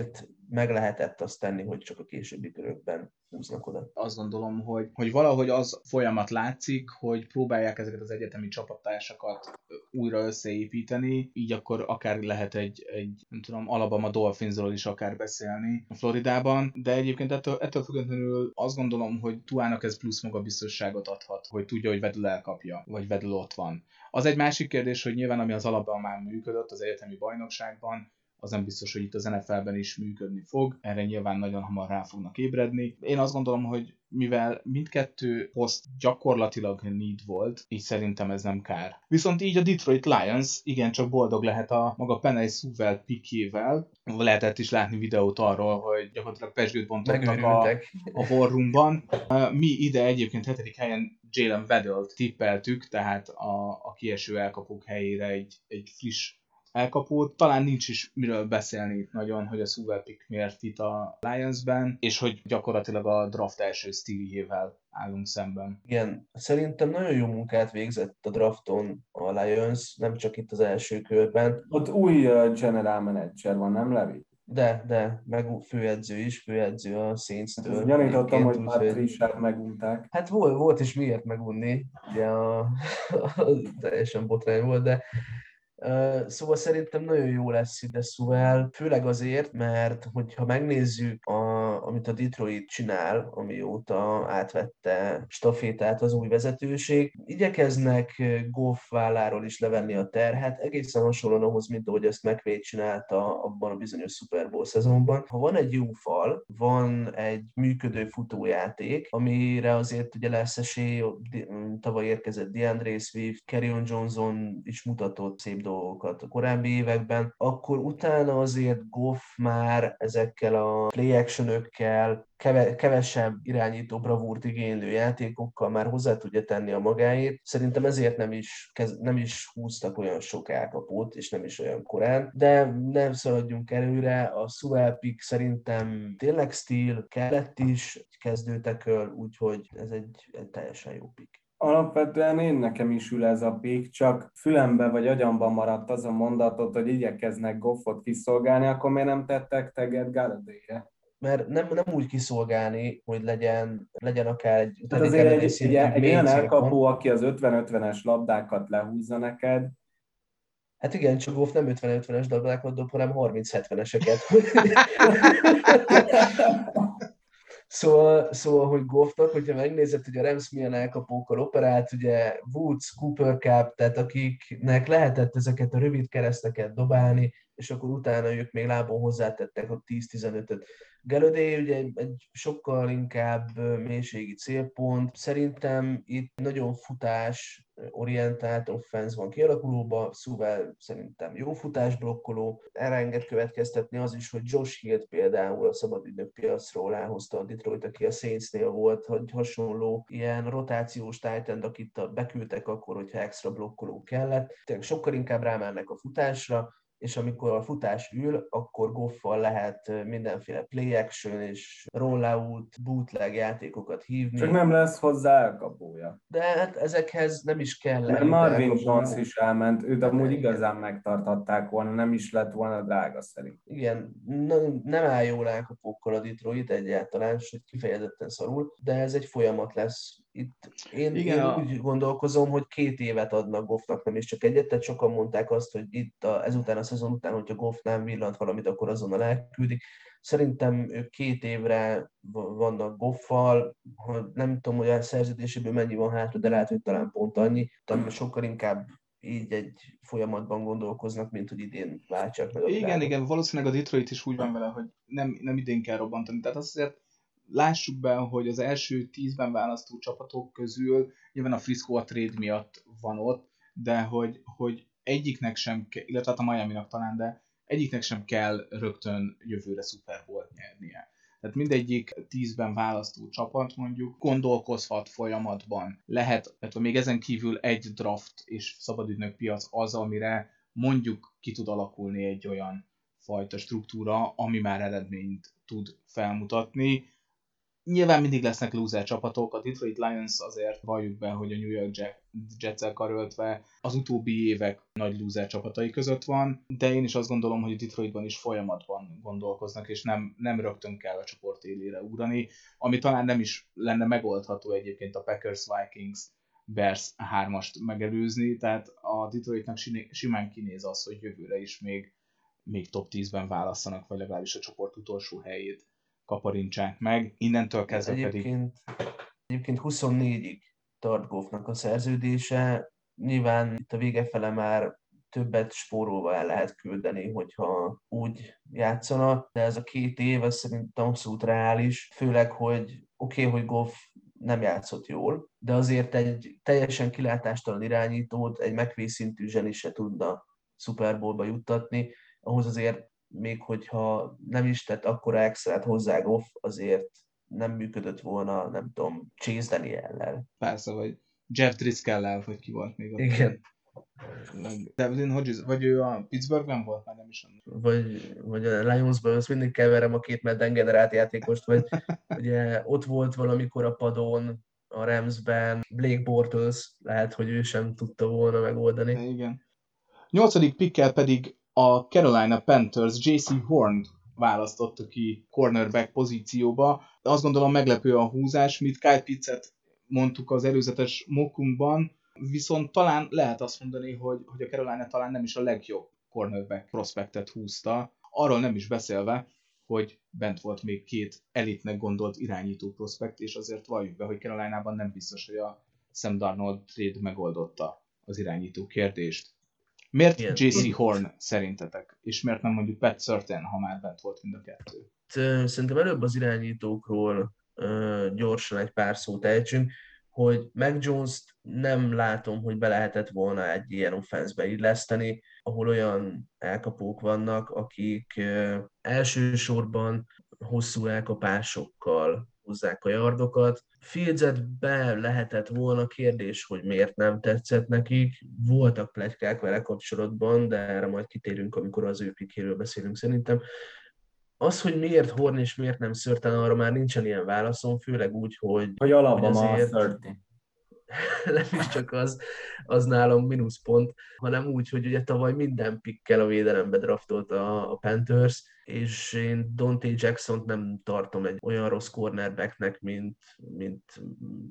meg lehetett azt tenni, hogy csak a későbbi körökben húznak oda. Azt gondolom, hogy, hogy valahogy az folyamat látszik, hogy próbálják ezeket az egyetemi csapattársakat újra összeépíteni, így akkor akár lehet egy, egy nem tudom, Alabama Dolphinsról is akár beszélni Floridában, de egyébként ettől, ettől függetlenül azt gondolom, hogy Tuának ez plusz magabiztosságot adhat, hogy tudja, hogy Vedül elkapja, vagy Vedül ott van. Az egy másik kérdés, hogy nyilván ami az Alabamán működött az egyetemi bajnokságban, az nem biztos, hogy itt az en ef el-ben is működni fog. Erre nyilván nagyon hamar rá fognak ébredni. Én azt gondolom, hogy mivel mindkettő poszt gyakorlatilag need volt, így szerintem ez nem kár. Viszont így a Detroit Lions igencsak boldog lehet a maga Penei Sewell pickjével. Lehetett is látni videót arról, hogy gyakorlatilag pezsgőt bontottak a, a War Roomban. Mi ide egyébként hetedik helyen Jalen Waddle-t tippeltük, tehát a, a kieső elkapók helyére egy, egy friss elkapót. Talán nincs is miről beszélni itt nagyon, hogy a Sewell pick miért itt a Lionsben, és hogy gyakorlatilag a draft első stíljével állunk szemben. Igen, szerintem nagyon jó munkát végzett a drafton a Lions, nem csak itt az első körben. Ott új uh, general manager van, nem Levi? De, de, meg főedző is, főedző a Saints-től. Gyanítottam, hogy Patriciát megunták. Hát volt, volt is miért megunni, ugye a, a, teljesen botrány volt, de Uh, szóval szerintem nagyon jó lesz ide Sewell, főleg azért, mert hogyha megnézzük, a, amit a Detroit csinál, amióta átvette stafétát az új vezetőség, igyekeznek Goff válláról is levenni a terhet, egészen hasonlóan ahhoz, mint ahogy ezt McVay csinálta abban a bizonyos Super Bowl szezonban. Ha van egy jó fal, van egy működő futójáték, amire azért ugye lesz esély, tavaly érkezett DeAndre Swift, Kerryon Johnson is mutatott szép dolgokat a korábbi években, akkor utána azért Goff már ezekkel a play action-ökkel, keve- kevesebb irányító bravúrt igénylő játékokkal már hozzá tudja tenni a magáét. Szerintem ezért nem is, kez- nem is húztak olyan sok elkapót, és nem is olyan korán, de nem szaladjunk előre, a Sewell pick szerintem tényleg stíl, kellett is egy kezdőteköl, úgyhogy ez egy, egy teljesen jó pick. Alapvetően én nekem is ül ez a pick, csak fülembe vagy agyamban maradt az a mondatot, hogy igyekeznek Goffot kiszolgálni, akkor miért nem tettek teget Galladay-re? Mert nem, nem úgy kiszolgálni, hogy legyen, legyen akár egy... Tehát azért egy, egy, egy, egy olyan elkapó, aki az ötven-ötvenes labdákat lehúzza neked. Hát igen, csak Goff nem ötven-ötvenes labdákat dob, hanem harminc-hetveneseket. Szóval, szóval, hogy Goffnak, hogyha megnézed, hogy a Rams milyen elkapókkal operált, ugye Woods, Cooper Cup, tehát akiknek lehetett ezeket a rövid kereszteket dobálni, és akkor utána ők még lábon hozzátettek a tíz-tizenötöt. Galladay ugye egy, egy sokkal inkább mélységi célpont. Szerintem itt nagyon futás orientált offense van kialakulóban, szóval szerintem jó futásblokkoló. Erre enged következtetni az is, hogy Josh Hill például a szabadügynök piacról elhozta a Detroit, aki a Saintsnél volt, hogy hasonló ilyen rotációs tight end, akit beküldtek akkor, hogyha extra blokkoló kellett. Tehát sokkal inkább rámennek a futásra, és amikor a futás ül, akkor Goffal lehet mindenféle play action és rollout, bootleg játékokat hívni. Csak nem lesz hozzá elkapója. De hát ezekhez nem is kell. Mert Marvin Jones is elment, őt amúgy igazán megtarthatták volna, nem is lett volna drága szerint. Igen, nem áll jól elkapókkal a Detroit egyáltalán, sőt kifejezetten szarul, de ez egy folyamat lesz. Itt én, én a... úgy gondolkozom, hogy két évet adnak Goffnak, nem is csak egyet, tehát sokan mondták azt, hogy itt a, ezután a szezon után, hogyha Goff nem villant valamit, akkor azonnal elküldik. Szerintem ők két évre vannak Goffal, nem tudom, hogy a szerződéséből mennyi van hátra, de lehet, hogy talán pont annyi, tehát sokkal inkább így egy folyamatban gondolkoznak, mint hogy idén váltsák meg a Igen, világot. igen, valószínűleg a Detroit is úgy van vele, hogy nem, nem idén kell robbantani. Tehát azt azért lássuk be, hogy az első tízben választó csapatok közül nyilván a Frisco a trade miatt van ott, de hogy, hogy egyiknek sem kell, illetve hát a Miaminak talán, de egyiknek sem kell rögtön jövőre Super Bowl-t nyernie. Tehát mindegyik tízben választó csapat mondjuk gondolkozhat folyamatban. Lehet, tehát még ezen kívül egy draft és szabadügynök piac az, amire mondjuk ki tud alakulni egy olyan fajta struktúra, ami már eredményt tud felmutatni. Nyilván mindig lesznek loser csapatok, a Detroit Lions azért valljuk be, hogy a New York Jets-el karöltve az utóbbi évek nagy loser csapatai között van, de én is azt gondolom, hogy a Detroitban is folyamatban gondolkoznak, és nem, nem rögtön kell a csoport élére ugrani, ami talán nem is lenne megoldható egyébként a Packers, Vikings, Bears hármast megelőzni, tehát a Detroitnak simán kinéz az, hogy jövőre is még, még top tízben válasszanak, vagy legalábbis a csoport utolsó helyét kaparintsák meg. Innentől kezdve egyébként, pedig... Egyébként huszonnégyig tart Goffnak a szerződése. Nyilván itt a vége fele már többet spórolva el lehet küldeni, hogyha úgy játszana, de ez a két év, ez szerintem abszolút reális, főleg, hogy oké, okay, hogy Goff nem játszott jól, de azért egy teljesen kilátástalan irányítót, egy McVay szintű zseni se tudna Super Bowlba juttatni, ahhoz azért még hogyha nem is tett akkora extrát hozzá Goff, azért nem működött volna, nem tudom, Chase Daniellel. Persze, vagy Jeff Driscoll-lel, vagy ki volt még ott. Igen. Devlin Hodges, vagy ő a Pittsburghben volt, már nem is annak. Vagy, vagy a Lionsban, azt mindig keverem a két medden generált játékost, vagy ugye ott volt valamikor a padon, a Ramsben, Blake Bortles, lehet, hogy ő sem tudta volna megoldani. De igen. Nyolcadik pickkel pedig a Carolina Panthers J C Horn választotta ki cornerback pozícióba. Azt gondolom meglepő a húzás, mint Kyle Pitts-et mondtuk az előzetes mockunkban, viszont talán lehet azt mondani, hogy, hogy a Carolina talán nem is a legjobb cornerback prospektet húzta. Arról nem is beszélve, hogy bent volt még két elitnek gondolt irányító prospekt, és azért valljuk be, hogy Carolinában nem biztos, hogy a Sam Darnold trade megoldotta az irányító kérdést. Miért Igen. J C Horn szerintetek? És miért nem mondjuk Pat Surtain, ha már bent volt mind a kettő? Szerintem előbb az irányítókról uh, gyorsan egy pár szót ejtsünk, hogy Mac Jones-t nem látom, hogy be lehetett volna egy ilyen offenszbe illeszteni, ahol olyan elkapók vannak, akik uh, elsősorban hosszú elkapásokkal hozzák a yardokat. Fields-et be lehetett volna, kérdés, hogy miért nem tetszett nekik. Voltak pletykák vele kapcsolatban, de erre majd kitérünk, amikor az ő pikéről beszélünk szerintem. Az, hogy miért Horn és miért nem Surtain, arra már nincsen ilyen válaszom, főleg úgy, hogy... Hogy Alabama a Surtain. Nem is csak az, az nálam mínuszpont, hanem úgy, hogy ugye tavaly minden pickkel a védelembe draftolt a, a Panthers, és én Dante Jacksont nem tartom egy olyan rossz cornerbacknek, mint, mint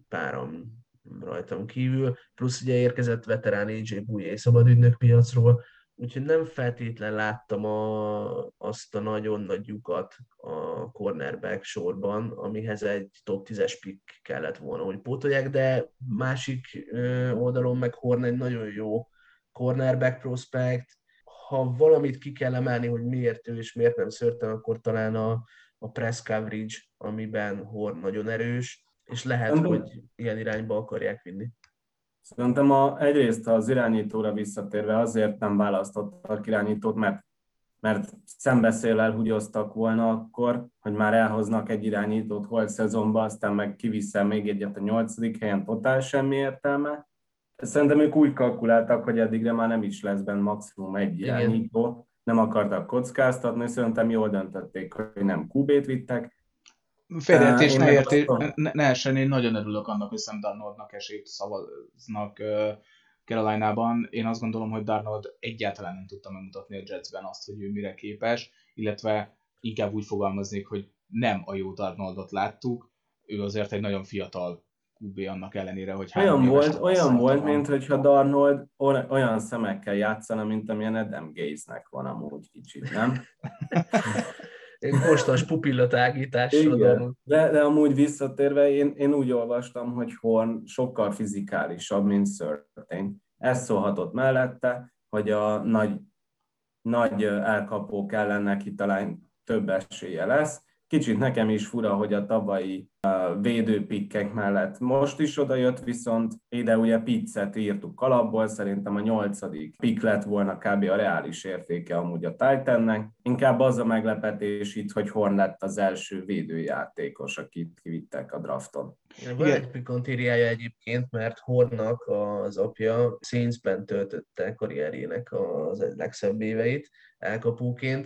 páram rajtam kívül, plusz ugye érkezett veterán á jé Bouye szabadügynök piacról, úgyhogy nem feltétlen láttam a, azt a nagyon nagy lyukat a cornerback sorban, amihez egy top tízes pick kellett volna, hogy pótolják, de másik ö, oldalon meg Horn egy nagyon jó cornerback prospect. Ha valamit ki kell emelni, hogy miért ő és miért nem Surtain, akkor talán a, a press coverage, amiben Horn nagyon erős, és lehet, Szerintem, hogy ilyen irányba akarják vinni. Szerintem a, egyrészt az irányítóra visszatérve azért nem választottak irányítót, mert, mert szembeszéllel húgyoztak volna akkor, hogy már elhoznak egy irányítót holt szezonba, aztán meg kivisszel még egyet a nyolcadik helyen, totál semmi értelme. Szerintem ők úgy kalkuláltak, hogy eddigre már nem is lesz benne maximum egy irányító, igen. Nem akartak kockáztatni, szerintem jól döntötték, hogy nem kú bét vittek. Félreértés ne, értés, ne, ne essen, én nagyon örülök annak, hogy Sam Darnoldnak esélyt szavaznak uh, Carolinában. Én azt gondolom, hogy Darnold egyáltalán nem tudta megmutatni a Jetsben azt, hogy ő mire képes, illetve inkább úgy fogalmaznék, hogy nem a jó Darnoldot láttuk, ő azért egy nagyon fiatal kú bé annak ellenére, hogy olyan volt, olyan volt, mint hogyha Darnold olyan szemekkel játszana, mint amilyen Adam Gaze-nek van amúgy kicsit, nem? Egy konstant pupillatágítással. De, de amúgy visszatérve, én, én úgy olvastam, hogy Horn sokkal fizikálisabb, mint Surtain. Ez szólhatott mellette, hogy a nagy, nagy elkapók ellen neki talán több esélye lesz. Kicsit nekem is fura, hogy a tavalyi uh, védőpikkek mellett most is odajött, viszont ide ugye Pitts-et írtuk alapból, szerintem a nyolcadik pick lett volna kb. A reális értéke amúgy a Titannek. Inkább az a meglepetés itt, hogy Horn lett az első védőjátékos, akit kivittek a drafton. Van egy pikantériája egyébként, mert Hornnak az apja Saintsben töltötte karrierjének az legszebb éveit elkapóként,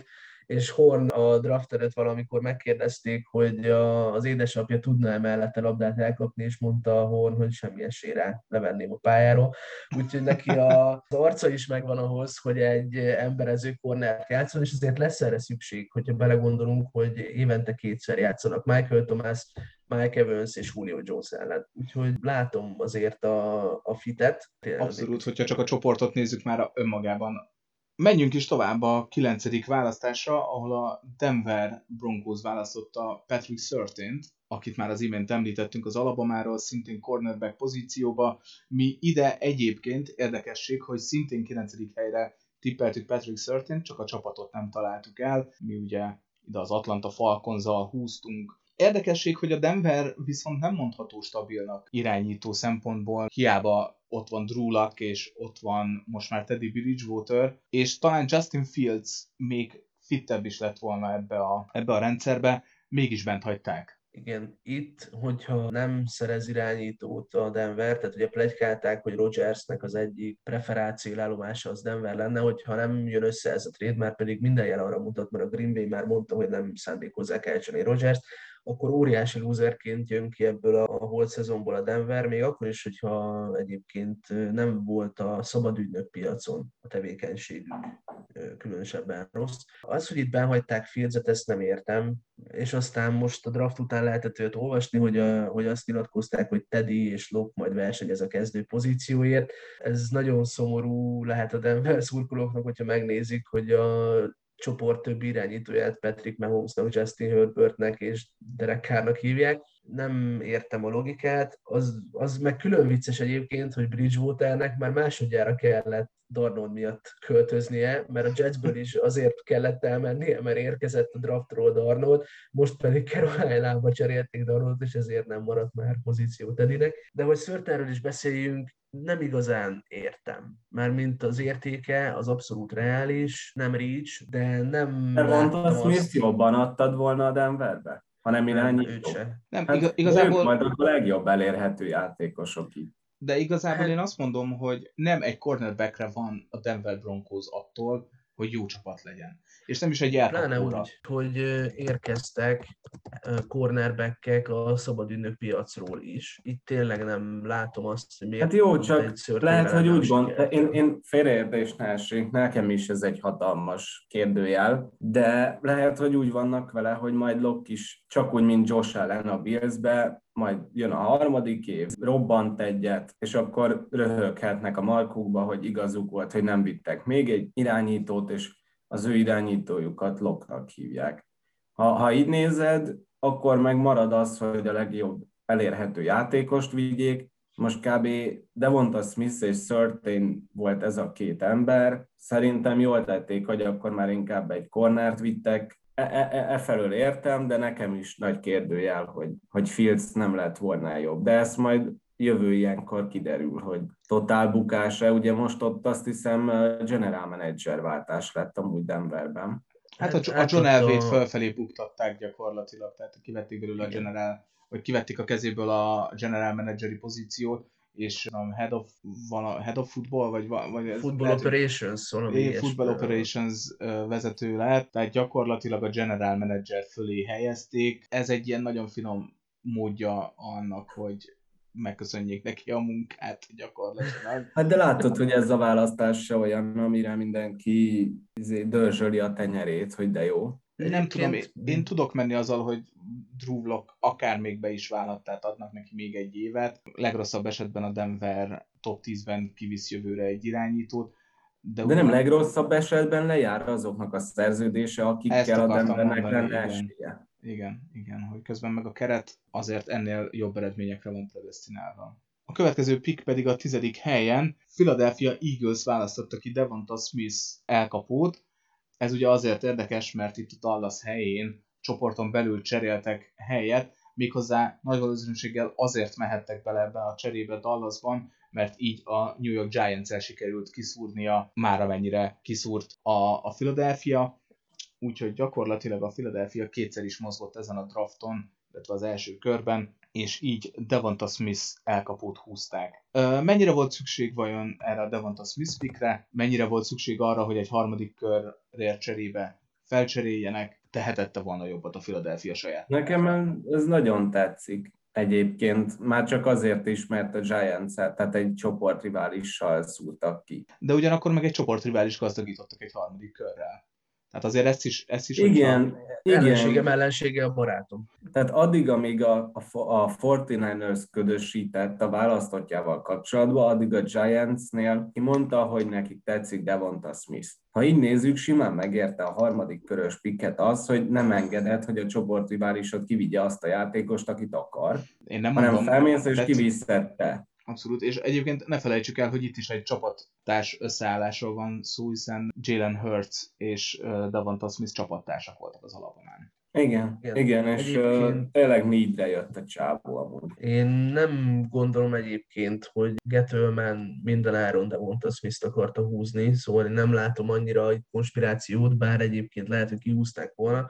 és Horn a draft előtt valamikor megkérdezték, hogy a, az édesapja tudna-e mellette labdát elkapni, és mondta a Horn, hogy semmi esélyre levenném a pályáról. Úgyhogy neki a, az arca is megvan ahhoz, hogy egy emberező cornert játszon, és azért lesz erre szükség, hogyha belegondolunk, hogy évente kétszer játszanak Michael Thomas, Mike Evans és Julio Jones ellen. Úgyhogy látom azért a, a fitet. Abszolút, hogyha csak a csoportot nézzük már önmagában. Menjünk is tovább a kilencedik választásra, ahol a Denver Broncos választotta Patrick Surtaint, akit már az imént említettünk az Alabamáról, szintén cornerback pozícióba. Mi ide egyébként érdekesség, hogy szintén kilencedik helyre tippeltük Patrick Surtaint, csak a csapatot nem találtuk el. Mi ugye ide az Atlanta Falconzzal húztunk. Érdekesség, hogy a Denver viszont nem mondható stabilnak irányító szempontból, hiába ott van Drew Luck, és ott van most már Teddy Bridgewater, és talán Justin Fields még fittebb is lett volna ebbe a, ebbe a rendszerbe, mégis bent hagyták. Igen, itt, hogyha nem szerez irányítót a Denver, tehát ugye pletykálták, hogy Rodgersnek az egyik preferált célállomása az Denver lenne, hogyha nem jön össze ez a trade, már pedig minden jel arra mutat, mert a Green Bay már mondta, hogy nem szándékozzák elcserélni Rodgers-t, akkor óriási lúzerként jön ki ebből a holt szezonból a Denver, még akkor is, hogyha egyébként nem volt a szabadügynök piacon a tevékenységük különösebben rossz. Az, hogy itt benhagyták Fields-et, ezt nem értem, és aztán most a draft után lehetett őt olvasni, hogy, a, hogy azt nyilatkozták, hogy Teddy és Locke majd versenyez a kezdő pozícióért. Ez nagyon szomorú lehet a Denver szurkolóknak, hogyha megnézik, hogy a csoport több irányítóját Patrick Mahomesnak, Justin Herbertnek és Derek Carrnak hívják. Nem értem a logikát. Az, az meg külön vicces egyébként, hogy Bridgewaternek már másodjára kellett Darnold miatt költöznie, mert a Jetsből is azért kellett elmennie, mert érkezett a draftról Darnold, most pedig Caroline-ba cserélték Darnold, és ezért nem maradt már pozíció Teddynek. De hogy Surtainről is beszéljünk, nem igazán értem. Mármint az értéke az abszolút reális, nem reach, de nem De láttam azt... azt... jobban adtad volna a Denverbe? Hanem irányító. Nem, hát igaz, igazából... Ők majd a legjobb elérhető játékosok itt. De igazából én azt mondom, hogy nem egy cornerbackre van a Denver Broncos attól, hogy jó csapat legyen. És nem is egy elkapóra. Pláne úgy, hogy érkeztek cornerbackek a szabadügynök piacról is. Itt tényleg nem látom azt, hogy miért... Hát jó, csak lehet, hogy úgy gond... Én, én félreértés ne essék, nekem is ez egy hatalmas kérdőjel, de lehet, hogy úgy vannak vele, hogy majd Locke is csak úgy, mint Josh Allen a Billsbe, majd jön a harmadik év, robbant egyet, és akkor röhöghetnek a markukba, hogy igazuk volt, hogy nem vittek még egy irányítót, és az ő irányítójukat Locke-nak hívják. Ha, ha így nézed, akkor meg marad az, hogy a legjobb elérhető játékost vigyék. Most kb. Devonta Smith és Surtain volt ez a két ember. Szerintem jól tették, hogy akkor már inkább egy cornert vittek. E, e, e felől értem, de nekem is nagy kérdőjel, hogy, hogy Fields nem lett volna jobb. De ezt majd jövő ilyenkor kiderül, hogy totál bukás-e. Ugye most ott azt hiszem general manager váltás lett amúgy Denverben. Hát a, a John Elwayt fölfelé buktatták gyakorlatilag, tehát kivették belőle a general, vagy kivették a kezéből a general manageri pozíciót, és a head of, a head of football, vagy... vagy football lehet, operations, valami football operations vezető lett, tehát gyakorlatilag a general manager fölé helyezték. Ez egy ilyen nagyon finom módja annak, hogy megköszönjék neki a munkát gyakorlatilag. Hát de látod, hogy ez a választás se olyan, amire mindenki dörzsöli a tenyerét, hogy de jó. Nem tudom, én, én tudok menni azzal, hogy Drew Lock akár még be is vállalt, tehát adnak neki még egy évet. Legrosszabb esetben a Denver top tízben kivisz jövőre egy irányítót. De, de nem ugyan... legrosszabb esetben lejár azoknak a szerződése, akikkel a Denvernek lenne esélye. Igen, igen, hogy közben meg a keret azért ennél jobb eredményekre van predesztinálva. A következő pick pedig a tizedik helyen Philadelphia Eagles választotta ki Devonta Smith elkapót. Ez ugye azért érdekes, mert itt a Dallas helyén csoporton belül cseréltek helyet, méghozzá nagy valószínűséggel azért mehettek bele ebbe a cserébe Dallasban, mert így a New York Giants-el sikerült kiszúrnia, már amennyire kiszúrt a, a Philadelphia. Úgyhogy gyakorlatilag a Philadelphia kétszer is mozgott ezen a drafton, illetve az első körben, és így Devonta Smith elkapót húzták. Mennyire volt szükség vajon erre a Devonta Smith pickre? Mennyire volt szükség arra, hogy egy harmadik körért cserébe felcseréljenek, tehetette volna jobbat a Philadelphia saját. Nekem ez nagyon tetszik egyébként, már csak azért is, mert a Giants-et, tehát egy csoportriválissal szúrtak ki. De ugyanakkor meg egy csoportrivális gazdagítottak egy harmadik körrel. Tehát azért ezt is... Ezt is igen, hogyha... igen. Ellenségem ellensége a barátom. Tehát addig, amíg a, a, a negyvenkilencesek ködösített a választottjával kapcsolatban, addig a Giantsnél kimondta, hogy nekik tetszik Devonta Smith. Ha így nézzük, simán megérte a harmadik körös pikket az, hogy nem engedett, hogy a csoportriválisod kivigye azt a játékost, akit akar, Én nem hanem mondom, felmész és tetszik. kiviszette. Abszolút, és egyébként ne felejtsük el, hogy itt is egy csapattárs összeállásról van szó, hiszen Jalen Hurts és uh, Devonta Smith csapattársak voltak az alapomán. Igen, igen, igen, és egyébként... uh, tényleg négyre jött a csávó amúgy. Én nem gondolom egyébként, hogy Gettleman minden áron Devonta Smith-t akarta húzni, szóval én nem látom annyira egy konspirációt, bár egyébként lehet, hogy kihúzták volna,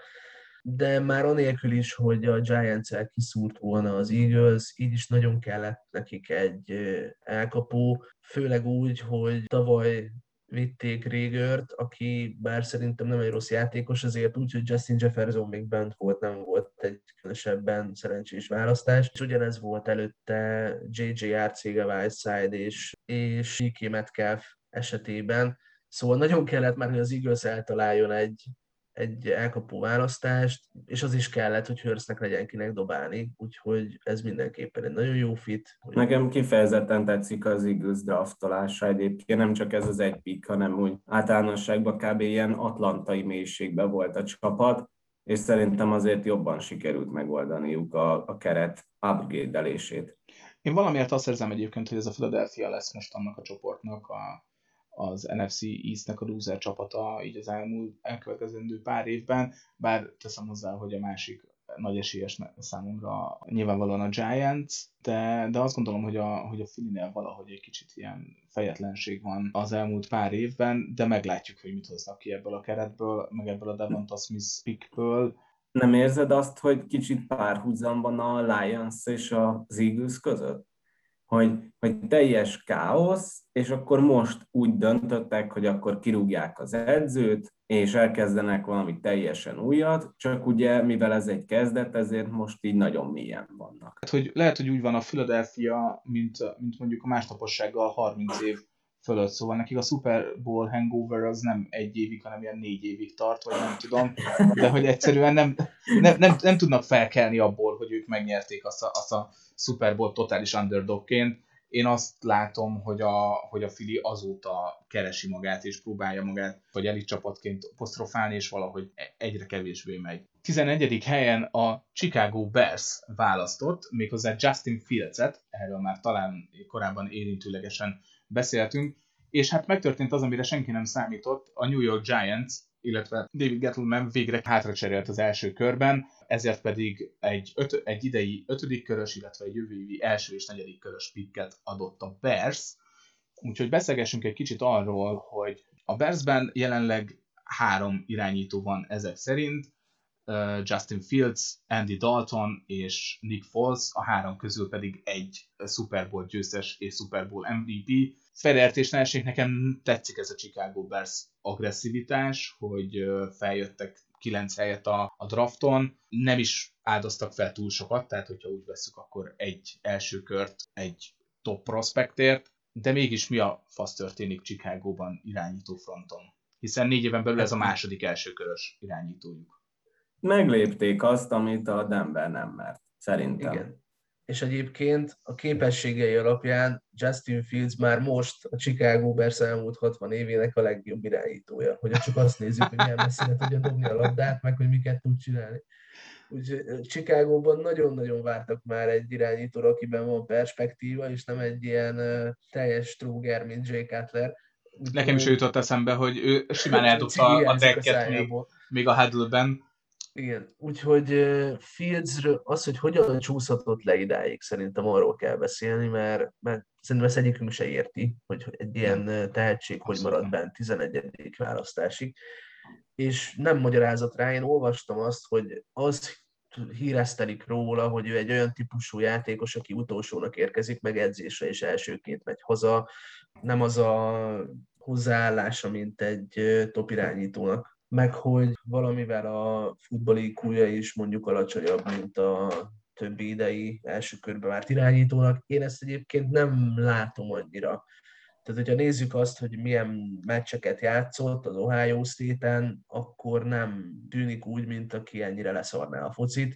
de már anélkül is, hogy a Giants-el kiszúrt volna az Eagles, így is nagyon kellett nekik egy elkapó, főleg úgy, hogy tavaly vitték Reagort, aki bár szerintem nem egy rossz játékos, azért úgy, hogy Justin Jefferson még bent volt, nem volt egy különösebben szerencsés választás. És ugyanez volt előtte jé jé Arcega-Whiteside és, és dé ká Metcalf esetében. Szóval nagyon kellett már, hogy az Eagles eltaláljon egy, egy elkapó választást, és az is kellett, hogy Hurstnek legyen kinek dobálni, úgyhogy ez mindenképpen egy nagyon jó fit. Hogy... Nekem kifejezetten tetszik az Eagles draftolása egyébként, nem csak ez az egy pick, hanem úgy általánosságban kb. Ilyen atlantai mélységben volt a csapat, és szerintem azért jobban sikerült megoldaniuk a, a keret upgrade-elését. Én valamiért azt érzem egyébként, hogy ez a Philadelphia lesz most annak a csoportnak a az en ef cé East-nek a loser csapata így az elmúlt elkövetkezendő pár évben, bár teszem hozzá, hogy a másik nagy esélyes számomra nyilvánvalóan a Giants, de, de azt gondolom, hogy a, hogy a Philly-nél valahogy egy kicsit ilyen fejetlenség van az elmúlt pár évben, de meglátjuk, hogy mit hoznak ki ebből a keretből, meg ebből a Devonta Smith pickből. Nem érzed azt, hogy kicsit párhuzam van a Lions és az Eagles között? Hogy, hogy teljes káosz, és akkor most úgy döntöttek, hogy akkor kirúgják az edzőt, és elkezdenek valami teljesen újat, csak ugye, mivel ez egy kezdet, ezért most így nagyon mélyen vannak. Hát, hogy lehet, hogy úgy van a Philadelphia, mint, mint mondjuk a másnapossággal harminc év fölött, szóval nekik a Super Bowl hangover az nem egy évig, hanem ilyen négy évig tart, vagy nem tudom, de hogy egyszerűen nem, nem, nem, nem tudnak felkelni abból, hogy ők megnyerték azt a, azt a Super Bowl totális underdogként. Én azt látom, hogy a, hogy a Philly azóta keresi magát és próbálja magát, vagy elit csapatként apostrofálni, és valahogy egyre kevésbé megy. tizennegyedik helyen a Chicago Bears választott, méghozzá Justin Fields-et, erről már talán korábban érintőlegesen beszéltünk, és hát megtörtént az, amire senki nem számított, a New York Giants, illetve David Gettleman végre hátra cserélt az első körben, ezért pedig egy, öt, egy idei ötödik körös, illetve egy jövő évi első és negyedik körös picket adott a Bears. Úgyhogy beszélgessünk egy kicsit arról, hogy a Bearsben jelenleg három irányító van ezek szerint, uh, Justin Fields, Andy Dalton és Nick Foles, a három közül pedig egy Super Bowl győztes és Super Bowl em vé pé. Federt és ne essék, nekem tetszik ez a Chicago Bears agresszivitás, hogy feljöttek kilenc helyet a, a drafton, nem is áldoztak fel túl sokat, tehát hogyha úgy vesszük, akkor egy első kört egy top prospektért, de mégis mi a fasz történik Chicagóban irányító fronton? Hiszen négy éven belül ez a második elsőkörös irányítójuk. Meglépték azt, amit a Denver nem mert, szerintem. Igen. És egyébként a képességei alapján Justin Fields már most a Chicago Bears elmúlt hatvan évének a legjobb irányítója. Hogyha csak azt nézzük, hogy milyen messzire tudja dobni a labdát, meg hogy miket tud csinálni. Úgyhogy Chicagóban nagyon-nagyon vártak már egy irányítóra, akiben van perspektíva, és nem egy ilyen uh, teljes tróger, mint Jay Cutler. Úgy Nekem is jutott eszembe, hogy ő simán eldobta a decket még, még a huddle-ben. Igen, úgyhogy Fieldsről az, hogy hogyan csúszhatott le idáig, szerintem arról kell beszélni, mert, mert szerintem ezt egyikünk se érti, hogy egy ilyen tehetség hogy marad bent tizenegyedik választásig. És nem magyarázat rá, én olvastam azt, hogy az híresztelik róla, hogy ő egy olyan típusú játékos, aki utolsónak érkezik, meg edzésre és elsőként megy haza. Nem az a hozzáállása, mint egy top irányítónak, meg hogy valamivel a futball í kúja is mondjuk alacsonyabb, mint a többi idei első körben várt irányítónak. Én ezt egyébként nem látom annyira. Tehát, hogyha nézzük azt, hogy milyen meccseket játszott az Ohio State-en, akkor nem tűnik úgy, mint aki ennyire leszarná a focit,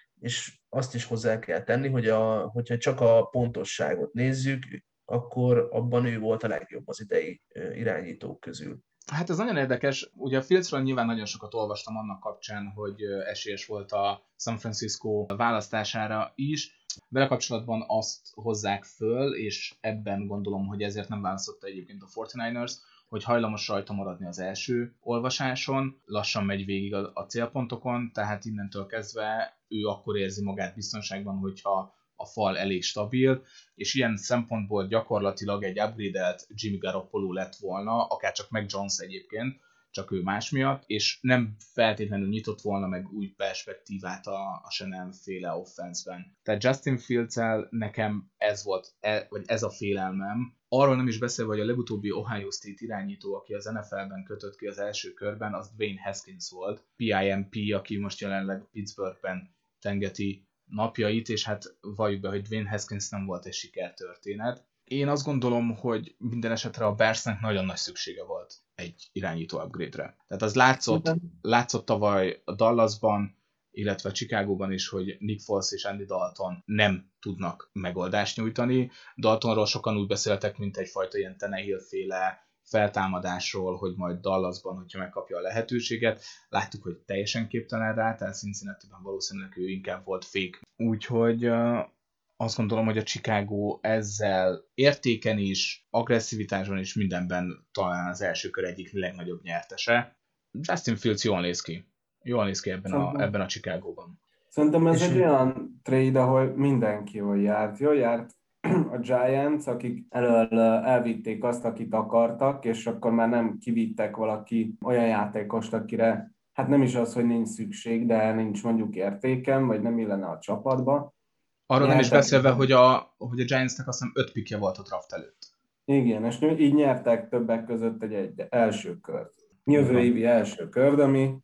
és azt is hozzá kell tenni, hogy a, hogyha csak a pontosságot nézzük, akkor abban ő volt a legjobb az idei irányítók közül. Hát ez nagyon érdekes. Ugye a Fieldsről nyilván nagyon sokat olvastam annak kapcsán, hogy esélyes volt a San Francisco választására is. Vele kapcsolatban azt hozzák föl, és ebben gondolom, hogy ezért nem választotta egyébként a negyvenkilencesek, hogy hajlamos rajta maradni az első olvasáson, lassan megy végig a, a célpontokon, tehát innentől kezdve ő akkor érzi magát biztonságban, hogyha a fal elég stabil, és ilyen szempontból gyakorlatilag egy upgrade-elt Jimmy Garoppolo lett volna, akár csak Mac Jones egyébként, csak ő más miatt, és nem feltétlenül nyitott volna meg új perspektívát a, a Shanahan-féle offense-ben. Tehát Justin Fields-el nekem ez volt, e, vagy ez a félelmem. Arról nem is beszélve, hogy a legutóbbi Ohio State irányító, aki az en ef el-ben kötött ki az első körben, az Dwayne Haskins volt, pé i em pé, aki most jelenleg Pittsburghben tengeti napjait, és hát valljuk be, hogy Dwayne Haskins nem volt egy sikertörténet. Én azt gondolom, hogy minden esetre a Bearsnek nagyon nagy szüksége volt egy irányító upgrade-re. Tehát az látszott, látszott tavaly a Dallasban, illetve Chicagóban is, hogy Nick Foles és Andy Dalton nem tudnak megoldást nyújtani. Daltonról sokan úgy beszéltek, mint egyfajta ilyen Tannehill-féle feltámadásról, hogy majd Dallasban, hogyha megkapja a lehetőséget. Láttuk, hogy teljesen képtelen rá, tehát Cincinnati-ban valószínűleg ő inkább volt fake. Úgyhogy uh, azt gondolom, hogy a Chicago ezzel értéken is, agresszivitáson is mindenben talán az első kör egyik legnagyobb nyertese. Justin Fields jól néz ki. Jól néz ki ebben a, ebben a Chicagóban. Szerintem ez És egy olyan trade, ahol mindenki jól járt. Jól járt a Giants, akik elől elvitték azt, akit akartak, és akkor már nem kivittek valaki olyan játékost, akire hát nem is az, hogy nincs szükség, de nincs mondjuk értékem, vagy nem illene a csapatba. Arról nem is beszélve, hogy a, hogy a Giantsnek azt hiszem öt pikje volt a draft előtt. Igen, és így nyertek többek között egy, egy első kört. Jövő évi első kör, ami,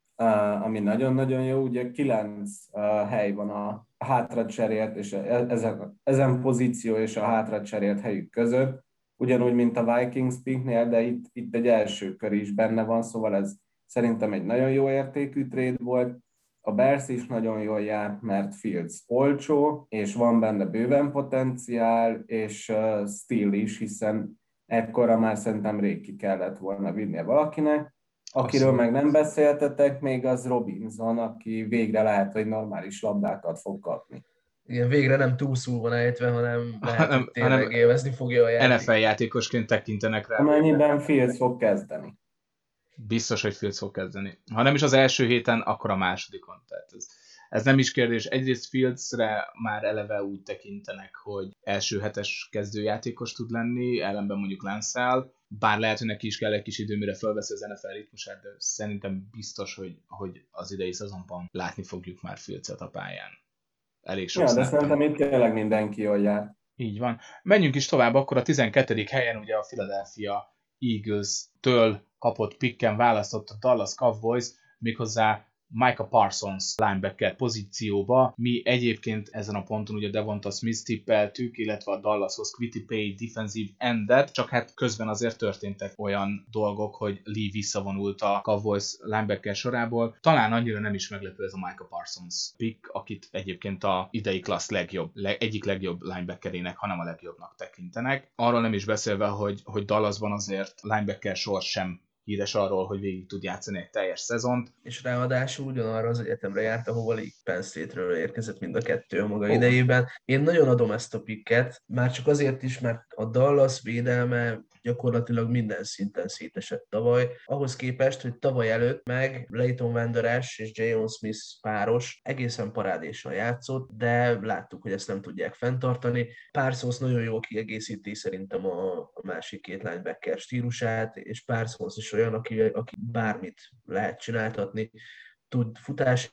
uh, ami nagyon-nagyon jó, ugye kilenc uh, hely van a hátra cserélt, és ezen, ezen pozíció és a hátra cserélt helyük között, ugyanúgy, mint a Vikings picknél, de itt, itt egy első kör is benne van, szóval ez szerintem egy nagyon jó értékű trade volt. A Bears is nagyon jól járt, mert Fields olcsó, és van benne bőven potenciál, és uh, Steele is, hiszen ekkora már szerintem rég ki kellett volna vinnie valakinek. Akiről meg nem beszéltetek, még az Robinson, aki végre lehet, hogy normális labdákat fog kapni. Igen, végre nem túlszul van ejtve, hanem lehet, Nem, hogy tényleg hanem élvezni fogja a játék. en ef el játékosként tekintenek rá. Amennyiben Fields fog kezdeni. Biztos, hogy Fields fog kezdeni. Ha nem is az első héten, akkor a másodikon. Tehát ez, ez nem is kérdés. Egyrészt Fieldsre már eleve úgy tekintenek, hogy első hetes kezdőjátékos tud lenni, ellenben mondjuk Lance-el, bár lehet, hogy neki is kell egy kis idő, mire felveszi az en ef el ritmusát, de szerintem biztos, hogy, hogy az idei szezonban látni fogjuk már Fields-et a pályán. Elég sok Ja, de snapten. szerintem itt tényleg mindenki jól jár. Így van. Menjünk is tovább, akkor a tizenkettedik helyen ugye a Philadelphia Eagles-től kapott picken választott a Dallas Cowboys, méghozzá Micah Parsons linebacker pozícióba. Mi egyébként ezen a ponton ugye Devonta Smith tippeltük, illetve a Dallashoz Kwity Paye defensive endet, csak hát közben azért történtek olyan dolgok, hogy Lee visszavonult a Cowboys linebacker sorából. Talán annyira nem is meglepő ez a Micah Parsons pick, akit egyébként a idei klassz legjobb, le, egyik legjobb linebackerének, hanem a legjobbnak tekintenek. Arról nem is beszélve, hogy, hogy Dallasban azért linebacker sor sem híres arról, hogy végig tud játszani egy teljes szezont. És ráadásul ugyanarra az egyetemre járt, ahova Lee Penn State-ről érkezett mind a kettő a maga oh. idejében. Én nagyon adom ezt a picket, már csak azért is, mert a Dallas védelme gyakorlatilag minden szinten szétesett tavaly. Ahhoz képest, hogy tavaly előtt meg Leighton Vander Esch és Jayon Smith páros egészen parádéssal játszott, de láttuk, hogy ezt nem tudják fenntartani. Parsons nagyon jól kiegészíti szerintem a, a másik két linebacker stílusát, és Parsons is olyan, aki, aki bármit lehet csináltatni, tud futás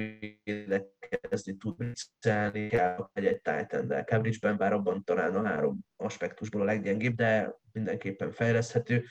elvédekezni, tud blitzelni, kell egy egy tight end-del coverage-ben, bár abban talán a három aspektusból a leggyengébb, de mindenképpen fejleszthető.